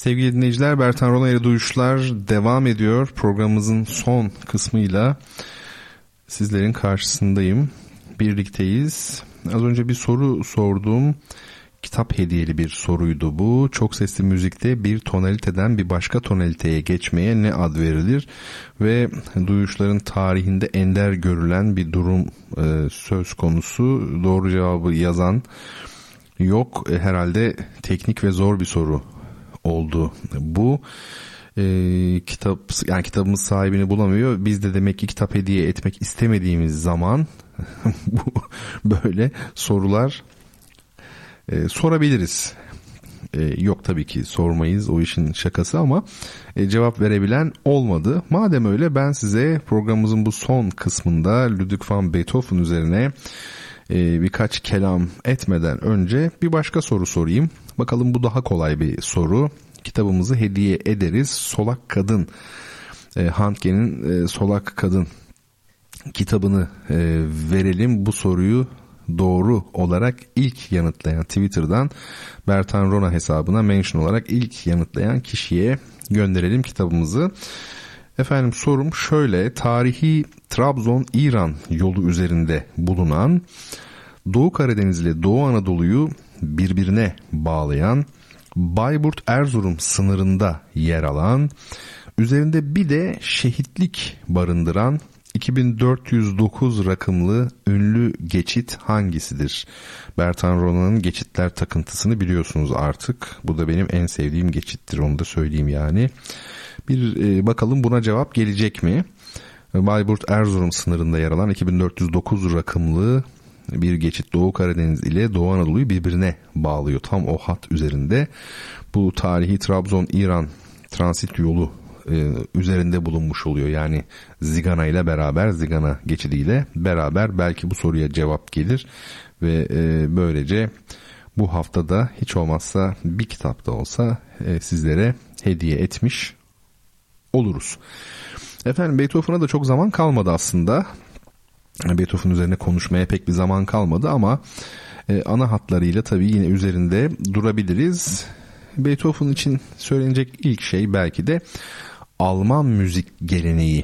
Sevgili dinleyiciler, Bertan Rona ile Duyuşlar devam ediyor. Programımızın son kısmıyla sizlerin karşısındayım. Birlikteyiz. Az önce bir soru sordum. Kitap hediyeli bir soruydu bu. Çok sesli müzikte bir tonaliteden bir başka tonaliteye geçmeye ne ad verilir? Ve duyuşların tarihinde ender görülen bir durum e, söz konusu. Doğru cevabı yazan yok. E, herhalde teknik ve zor bir soru oldu bu. E, kitap yani kitabımız sahibini bulamıyor. Biz de demek ki kitap hediye etmek istemediğimiz zaman bu böyle sorular e, sorabiliriz. E, yok tabii ki sormayız, o işin şakası, ama e, cevap verebilen olmadı. Madem öyle, ben size programımızın bu son kısmında Ludwig van Beethoven üzerine e, birkaç kelam etmeden önce bir başka soru sorayım. Bakalım, bu daha kolay bir soru. Kitabımızı hediye ederiz. Solak Kadın, e, Handke'nin e, Solak Kadın kitabını e, verelim. Bu soruyu doğru olarak ilk yanıtlayan, Twitter'dan Bertan Rona hesabına mention olarak ilk yanıtlayan kişiye gönderelim kitabımızı. Efendim, sorum şöyle: tarihi Trabzon-İran yolu üzerinde bulunan, Doğu Karadeniz ile Doğu Anadolu'yu birbirine bağlayan, Bayburt-Erzurum sınırında yer alan, üzerinde bir de şehitlik barındıran iki bin dört yüz dokuz rakımlı ünlü geçit hangisidir? Bertan Rona'nın geçitler takıntısını biliyorsunuz artık. Bu da benim en sevdiğim geçittir, onu da söyleyeyim yani. Bir e, bakalım buna cevap gelecek mi? Bayburt-Erzurum sınırında yer alan iki bin dört yüz dokuz rakımlı bir geçit Doğu Karadeniz ile Doğu Anadolu'yu birbirine bağlıyor. Tam o hat üzerinde. Bu tarihi Trabzon-İran transit yolu e, üzerinde bulunmuş oluyor. Yani Zigana ile beraber, Zigana geçidiyle beraber belki bu soruya cevap gelir ve e, böylece bu haftada hiç olmazsa bir kitap da olsa e, sizlere hediye etmiş oluruz. Efendim, Beethoven'a da çok zaman kalmadı aslında. Beethoven üzerine konuşmaya pek bir zaman kalmadı ama e, ana hatlarıyla tabii yine üzerinde durabiliriz. Beethoven için söylenecek ilk şey belki de Alman müzik geleneği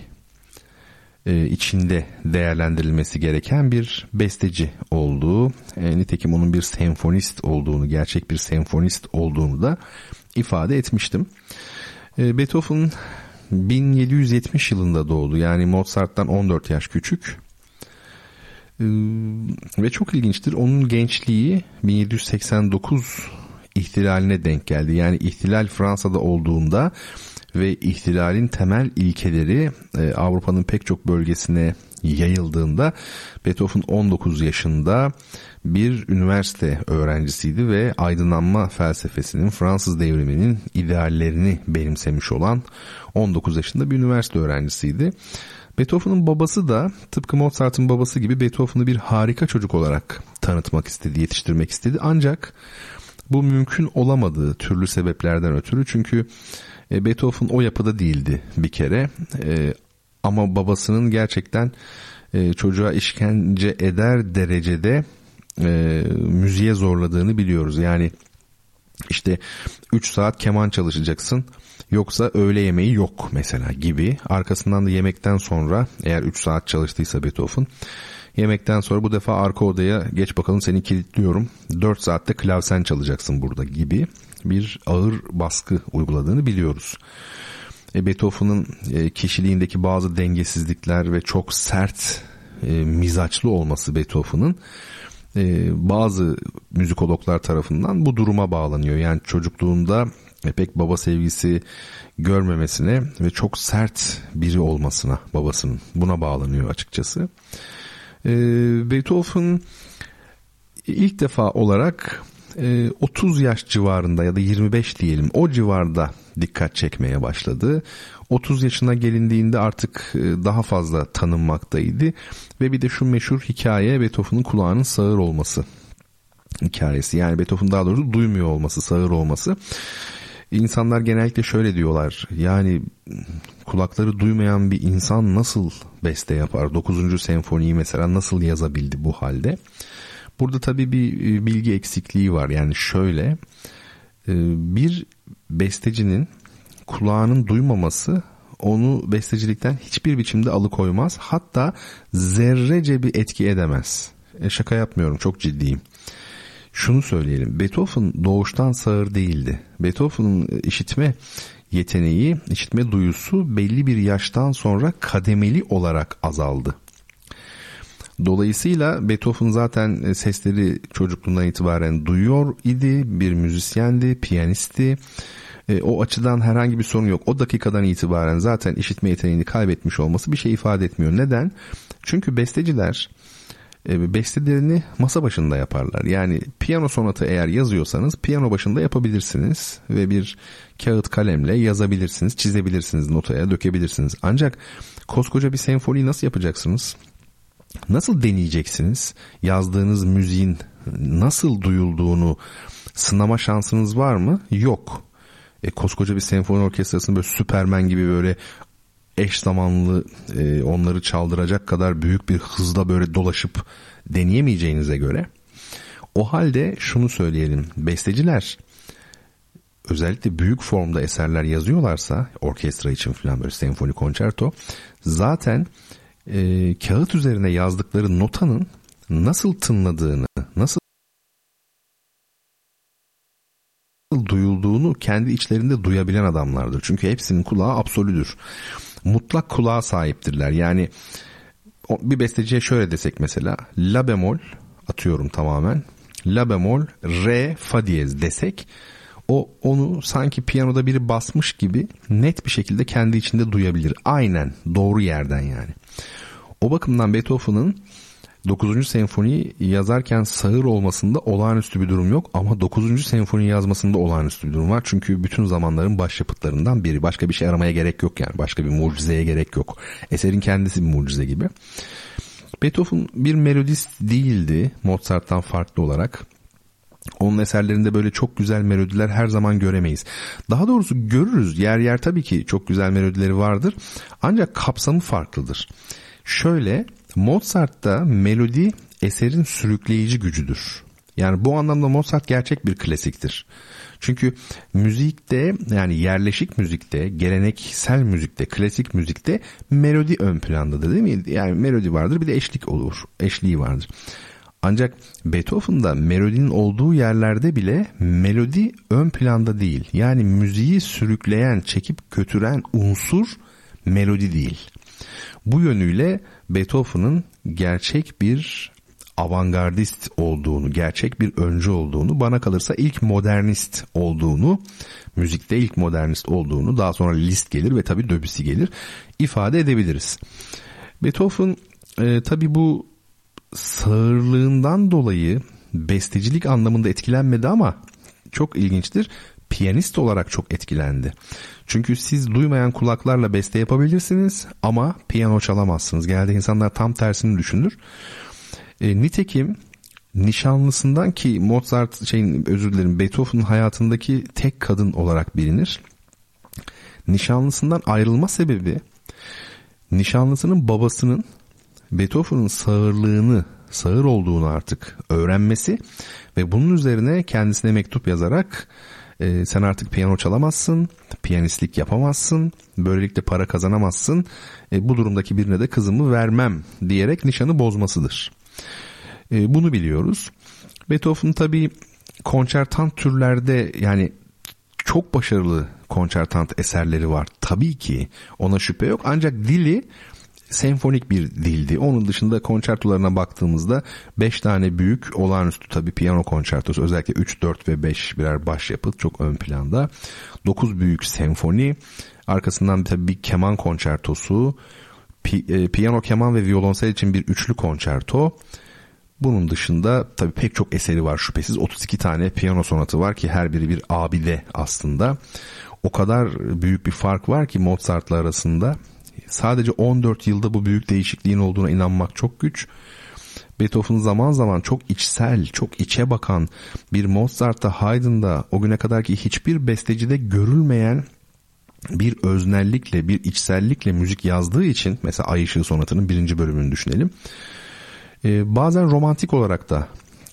e, içinde değerlendirilmesi gereken bir besteci olduğu, e, nitekim onun bir senfonist olduğunu, gerçek bir senfonist olduğunu da ifade etmiştim. E, Beethoven bin yedi yüz yetmiş yılında doğdu, yani Mozart'tan on dört yaş küçük. Ee, ve çok ilginçtir, onun gençliği bin yedi yüz seksen dokuz ihtilaline denk geldi. Yani ihtilal Fransa'da olduğunda ve ihtilalin temel ilkeleri e, Avrupa'nın pek çok bölgesine yayıldığında Beethoven on dokuz yaşında bir üniversite öğrencisiydi ve aydınlanma felsefesinin, Fransız devriminin ideallerini benimsemiş olan on dokuz yaşında bir üniversite öğrencisiydi. Beethoven'ın babası da tıpkı Mozart'ın babası gibi Beethoven'ı bir harika çocuk olarak tanıtmak istedi, yetiştirmek istedi. Ancak bu mümkün olamadığı türlü sebeplerden ötürü, çünkü Beethoven o yapıda değildi bir kere. E, ama babasının gerçekten e, çocuğa işkence eder derecede e, müziğe zorladığını biliyoruz. Yani işte üç saat keman çalışacaksın, yoksa öğle yemeği yok mesela gibi. Arkasından da yemekten sonra, eğer üç saat çalıştıysa Beethoven, yemekten sonra bu defa arka odaya geç bakalım, seni kilitliyorum, dört saatte klavsen çalacaksın burada gibi bir ağır baskı uyguladığını biliyoruz. E, Beethoven'ın e, kişiliğindeki bazı dengesizlikler ve çok sert e, mizaçlı olması Beethoven'ın e, bazı müzikologlar tarafından bu duruma bağlanıyor. Yani çocukluğunda e, pek baba sevgisi görmemesine ve çok sert biri olmasına, babasının, buna bağlanıyor açıkçası. E, Beethoven ilk defa olarak otuz yaş civarında ya da yirmi beş diyelim, o civarda dikkat çekmeye başladı. otuz yaşına gelindiğinde artık daha fazla tanınmaktaydı ve bir de şu meşhur hikaye, Beethoven'ın kulağının sağır olması hikayesi. Yani Beethoven daha doğrusu duymuyor olması, sağır olması. İnsanlar genellikle şöyle diyorlar: yani kulakları duymayan bir insan nasıl beste yapar? dokuzuncu senfoniyi mesela nasıl yazabildi bu halde? Burada tabii bir bilgi eksikliği var. Yani şöyle, bir bestecinin kulağının duymaması onu bestecilikten hiçbir biçimde alıkoymaz. Hatta zerrece bir etki edemez. E şaka yapmıyorum, çok ciddiyim. Şunu söyleyelim, Beethoven doğuştan sağır değildi. Beethoven'ın işitme yeteneği, işitme duyusu belli bir yaştan sonra kademeli olarak azaldı. Dolayısıyla Beethoven zaten sesleri çocukluğundan itibaren duyuyor idi, bir müzisyendi, piyanisti. E, o açıdan herhangi bir sorun yok. O dakikadan itibaren zaten işitme yeteneğini kaybetmiş olması bir şey ifade etmiyor. Neden? Çünkü besteciler e, bestelerini masa başında yaparlar. Yani piyano sonatı eğer yazıyorsanız piyano başında yapabilirsiniz ve bir kağıt kalemle yazabilirsiniz, çizebilirsiniz, notaya dökebilirsiniz. Ancak koskoca bir senfoniyi nasıl yapacaksınız? Nasıl deneyeceksiniz? Yazdığınız müziğin nasıl duyulduğunu sınama şansınız var mı? Yok. E, koskoca bir senfoni orkestrasının böyle Süpermen gibi böyle eş zamanlı e, onları çaldıracak kadar büyük bir hızla böyle dolaşıp deneyemeyeceğinize göre, o halde şunu söyleyelim, besteciler özellikle büyük formda eserler yazıyorlarsa orkestra için falan, böyle senfoni, konçerto, zaten e, kağıt üzerine yazdıkları notanın nasıl tınladığını, nasıl duyulduğunu kendi içlerinde duyabilen adamlardır. Çünkü hepsinin kulağı absolüdür. Mutlak kulağa sahiptirler. Yani bir besteciye şöyle desek mesela, la bemol, atıyorum tamamen, la bemol, re, fa diyez desek, o onu sanki piyanoda biri basmış gibi net bir şekilde kendi içinde duyabilir. Aynen doğru yerden yani. O bakımdan Beethoven'ın dokuzuncu senfoniyi yazarken sağır olmasında olağanüstü bir durum yok, ama dokuzuncu senfoniyi yazmasında olağanüstü bir durum var. Çünkü bütün zamanların başyapıtlarından biri. Başka bir şey aramaya gerek yok yani. Başka bir mucizeye gerek yok. Eserin kendisi bir mucize gibi. Beethoven bir melodist değildi Mozart'tan farklı olarak. Onun eserlerinde böyle çok güzel melodiler her zaman göremeyiz. Daha doğrusu görürüz. Yer yer tabii ki çok güzel melodileri vardır. Ancak kapsamı farklıdır. Şöyle, Mozart'ta melodi eserin sürükleyici gücüdür. Yani bu anlamda Mozart gerçek bir klasiktir. Çünkü müzikte, yani yerleşik müzikte, geleneksel müzikte, klasik müzikte melodi ön plandadır, değil mi? Yani melodi vardır, bir de eşlik olur. Eşliği vardır. Ancak Beethoven'da melodinin olduğu yerlerde bile melodi ön planda değil. Yani müziği sürükleyen, çekip götüren unsur melodi değil. Bu yönüyle Beethoven'ın gerçek bir avantgardist olduğunu, gerçek bir öncü olduğunu, bana kalırsa ilk modernist olduğunu, müzikte ilk modernist olduğunu, daha sonra Liszt gelir ve tabii Debussy gelir, ifade edebiliriz. Beethoven e, tabii bu sağırlığından dolayı bestecilik anlamında etkilenmedi, ama çok ilginçtir, piyanist olarak çok etkilendi. Çünkü siz duymayan kulaklarla beste yapabilirsiniz ama piyano çalamazsınız. Genelde insanlar tam tersini düşünür. E, nitekim nişanlısından, ki Mozart şeyin özür dilerim Beethoven'ın hayatındaki tek kadın olarak bilinir. Nişanlısından ayrılma sebebi nişanlısının babasının Beethoven'ın sağırlığını, sağır olduğunu artık öğrenmesi ve bunun üzerine kendisine mektup yazarak e, sen artık piyano çalamazsın, piyanistlik yapamazsın, böylelikle para kazanamazsın, e, bu durumdaki birine de kızımı vermem diyerek nişanı bozmasıdır. E, bunu biliyoruz. Beethoven tabii konçertant türlerde, yani çok başarılı konçertant eserleri var. Tabii ki ona şüphe yok, ancak dili senfonik bir dildi. Onun dışında konçertolarına baktığımızda beş tane büyük olağanüstü tabii piyano konçertosu, özellikle üç, dört ve beş birer başyapıt çok ön planda. dokuz büyük senfoni, arkasından tabii bir keman konçertosu, pi, e, piyano, keman ve violonsel için bir üçlü konçerto. Bunun dışında tabii pek çok eseri var şüphesiz. otuz iki tane piyano sonatı var ki her biri bir abide aslında. O kadar büyük bir fark var ki Mozart'la arasında. Sadece on dört yılda bu büyük değişikliğin olduğuna inanmak çok güç. Beethoven zaman zaman çok içsel, çok içe bakan, bir Mozart'ta, Haydn'da o güne kadarki hiçbir bestecide görülmeyen bir öznellikle, bir içsellikle müzik yazdığı için, mesela Ay Işığı Sonatı'nın birinci bölümünü düşünelim. Ee, bazen romantik olarak da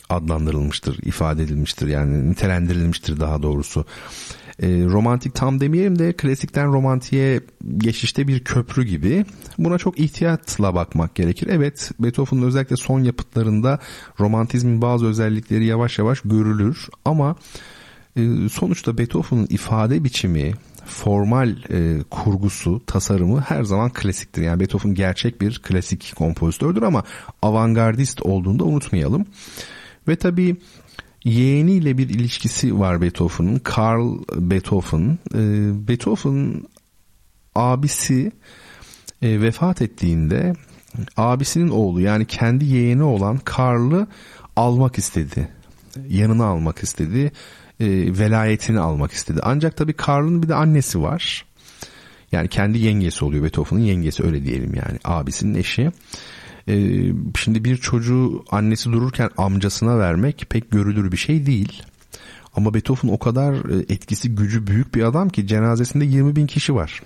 adlandırılmıştır, ifade edilmiştir, yani nitelendirilmiştir daha doğrusu. E, romantik tam demeyelim de klasikten romantiğe geçişte bir köprü gibi. Buna çok ihtiyatla bakmak gerekir. Evet, Beethoven'ın özellikle son yapıtlarında romantizmin bazı özellikleri yavaş yavaş görülür ama e, sonuçta Beethoven'ın ifade biçimi, formal e, kurgusu, tasarımı her zaman klasiktir. Yani Beethoven gerçek bir klasik kompozitördür ama avantgardist olduğunu da unutmayalım. Ve tabii yeğeniyle bir ilişkisi var Beethoven'ın. Karl Beethoven. E, Beethoven abisi e, vefat ettiğinde abisinin oğlu, yani kendi yeğeni olan Karl'ı almak istedi. Yanına almak istedi. E, velayetini almak istedi. Ancak tabii Karl'ın bir de annesi var. Yani kendi yengesi oluyor. Beethoven'ın yengesi, öyle diyelim yani. Abisinin eşi. E, şimdi bir çocuğu annesi dururken amcasına vermek pek görülür bir şey değil. Ama Beethoven o kadar etkisi, gücü büyük bir adam ki cenazesinde yirmi bin kişi var.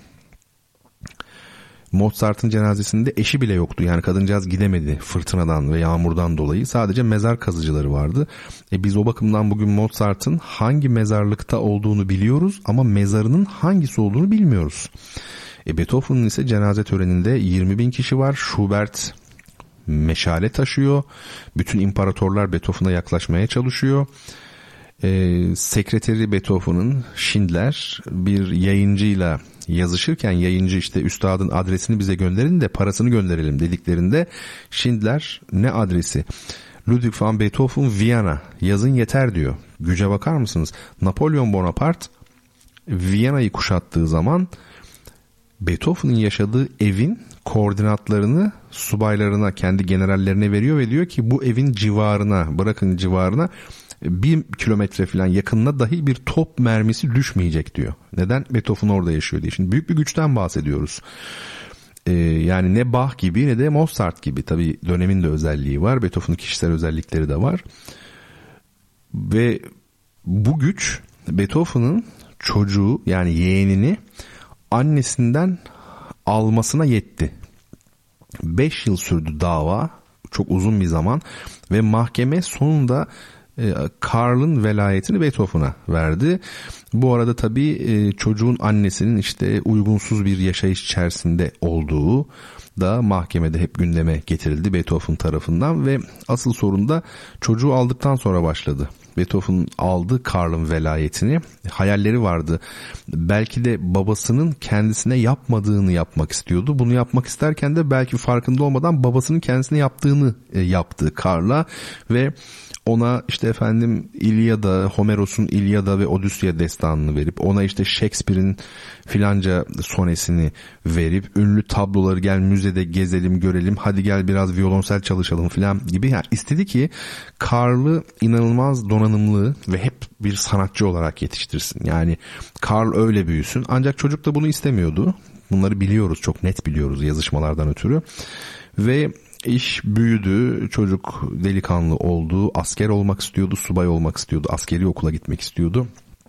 Mozart'ın cenazesinde eşi bile yoktu. Yani kadıncağız gidemedi fırtınadan ve yağmurdan dolayı. Sadece mezar kazıcıları vardı. E biz o bakımdan bugün Mozart'ın hangi mezarlıkta olduğunu biliyoruz ama mezarının hangisi olduğunu bilmiyoruz. E Beethoven'ın ise cenaze töreninde yirmi bin kişi var. Schubert meşale taşıyor. Bütün imparatorlar Beethoven'a yaklaşmaya çalışıyor. Ee, sekreteri Beethoven'ın Schindler bir yayıncıyla yazışırken, yayıncı işte üstadın adresini bize gönderin de parasını gönderelim dediklerinde Schindler ne adresi? Ludwig van Beethoven Viyana, yazın yeter diyor. Güce bakar mısınız? Napolyon Bonaparte Viyana'yı kuşattığı zaman Beethoven'ın yaşadığı evin koordinatlarını subaylarına, kendi generallerine veriyor ve diyor ki bu evin civarına, bırakın civarına, bir kilometre falan yakınına dahi bir top mermisi düşmeyecek diyor. Neden? Beethoven orada yaşıyor diye. Şimdi büyük bir güçten bahsediyoruz. Ee, yani ne Bach gibi ne de Mozart gibi. Tabii dönemin de özelliği var. Beethoven'ın kişisel özellikleri de var. Ve bu güç Beethoven'ın çocuğu, yani yeğenini annesinden almasına yetti. Beş yıl sürdü dava. Çok uzun bir zaman. Ve mahkeme sonunda Karl'ın velayetini Beethoven'a verdi. Bu arada tabii çocuğun annesinin işte uygunsuz bir yaşayış içerisinde olduğu da mahkemede hep gündeme getirildi Beethoven tarafından ve asıl sorun da çocuğu aldıktan sonra başladı. Beethoven aldı Karl'ın velayetini. Hayalleri vardı. Belki de babasının kendisine yapmadığını yapmak istiyordu. Bunu yapmak isterken de belki farkında olmadan babasının kendisine yaptığını yaptı Karl'a ve ona işte efendim İlyada, Homeros'un İlyada ve Odüsseya destanını verip, ona işte Shakespeare'in filanca sonesini verip, ünlü tabloları gel müzede gezelim görelim, hadi gel biraz violonsel çalışalım filan gibi. Yani istedi ki Karl'ı inanılmaz donanımlı ve hep bir sanatçı olarak yetiştirsin. Yani Karl öyle büyüsün. Ancak çocuk da bunu istemiyordu. Bunları biliyoruz, çok net biliyoruz yazışmalardan ötürü. Ve İş büyüdü, çocuk delikanlı oldu, asker olmak istiyordu, subay olmak istiyordu, askeri okula gitmek istiyordu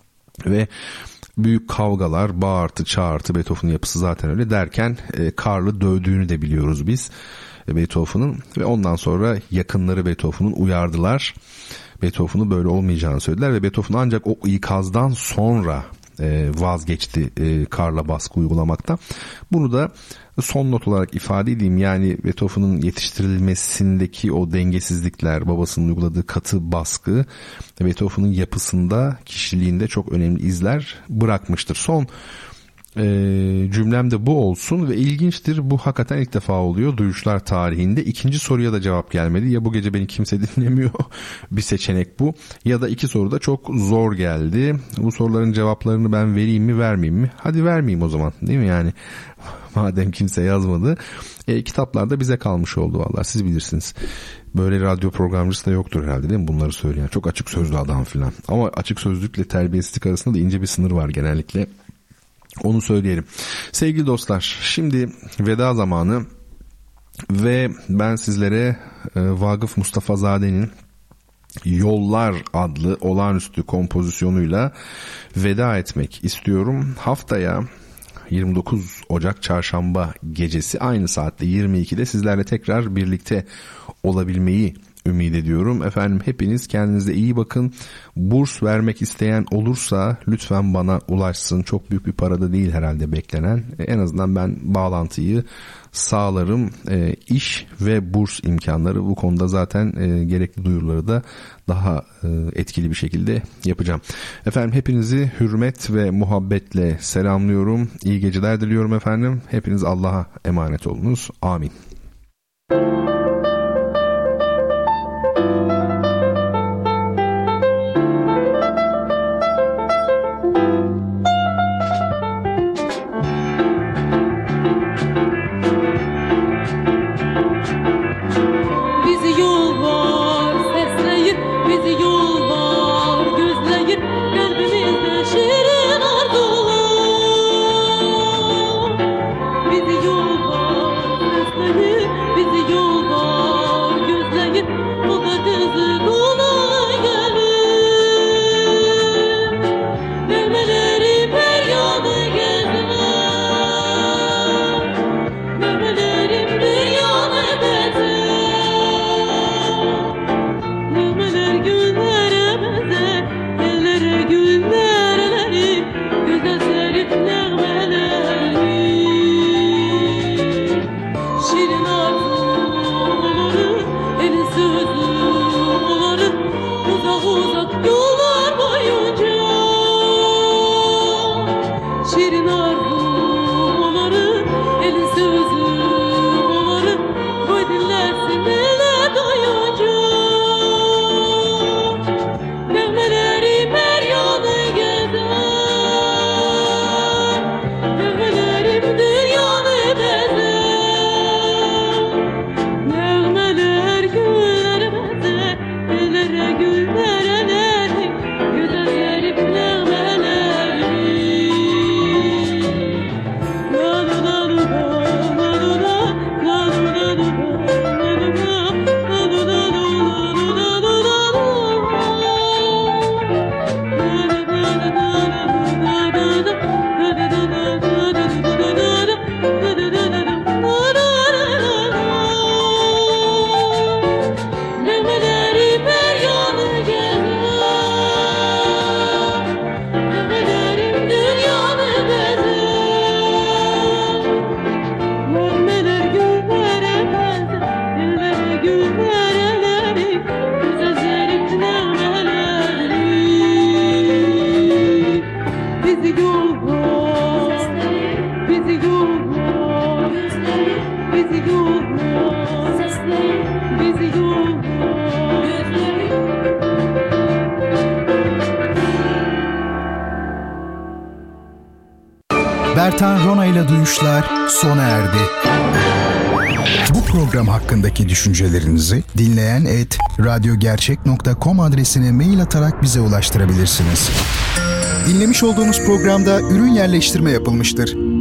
ve büyük kavgalar, bağırtı, çağırtı, Beethoven'ın yapısı zaten öyle derken e, Karl'ı dövdüğünü de biliyoruz biz e, Beethoven'ın ve ondan sonra yakınları Beethoven'ın uyardılar. Beethoven'ın böyle olmayacağını söylediler ve Beethoven ancak o ikazdan sonra e, vazgeçti e, Karl'a baskı uygulamaktan. Bunu da son not olarak ifade edeyim. Yani Beethoven'ın yetiştirilmesindeki o dengesizlikler, babasının uyguladığı katı baskı Beethoven'ın yapısında, kişiliğinde çok önemli izler bırakmıştır. Son e, cümlem de bu olsun ve ilginçtir. Bu hakikaten ilk defa oluyor Duyuşlar tarihinde. İkinci soruya da cevap gelmedi. Ya bu gece beni kimse dinlemiyor, bir seçenek bu. Ya da iki soru da çok zor geldi. Bu soruların cevaplarını ben vereyim mi, vermeyeyim mi? Hadi vermeyeyim o zaman, değil mi yani? Madem kimse yazmadı. E, kitaplar da bize kalmış oldu vallahi, siz bilirsiniz. Böyle radyo programcısı da yoktur herhalde, değil mi? Bunları söyleyen. Çok açık sözlü adam filan. Ama açık sözlükle terbiyesizlik arasında da ince bir sınır var genellikle. Onu söyleyelim. Sevgili dostlar, şimdi veda zamanı ve ben sizlere e, Vagıf Mustafazade'nin Yollar adlı olağanüstü kompozisyonuyla veda etmek istiyorum. Haftaya yirmi dokuz Ocak Çarşamba gecesi aynı saatte yirmi ikide sizlerle tekrar birlikte olabilmeyi ümit ediyorum. Efendim hepiniz kendinize iyi bakın. Burs vermek isteyen olursa lütfen bana ulaşsın. Çok büyük bir parada değil herhalde beklenen. En azından ben bağlantıyı sağlarım. E, iş ve burs imkanları bu konuda zaten e, gerekli duyuruları da daha e, etkili bir şekilde yapacağım. Efendim hepinizi hürmet ve muhabbetle selamlıyorum. İyi geceler diliyorum efendim. Hepiniz Allah'a emanet olunuz. Amin. Bertan Rona ile Duyuşlar sona erdi. Bu program hakkındaki düşüncelerinizi dinleyen et radyogercek nokta com adresine mail atarak bize ulaştırabilirsiniz. Dinlemiş olduğunuz programda ürün yerleştirme yapılmıştır.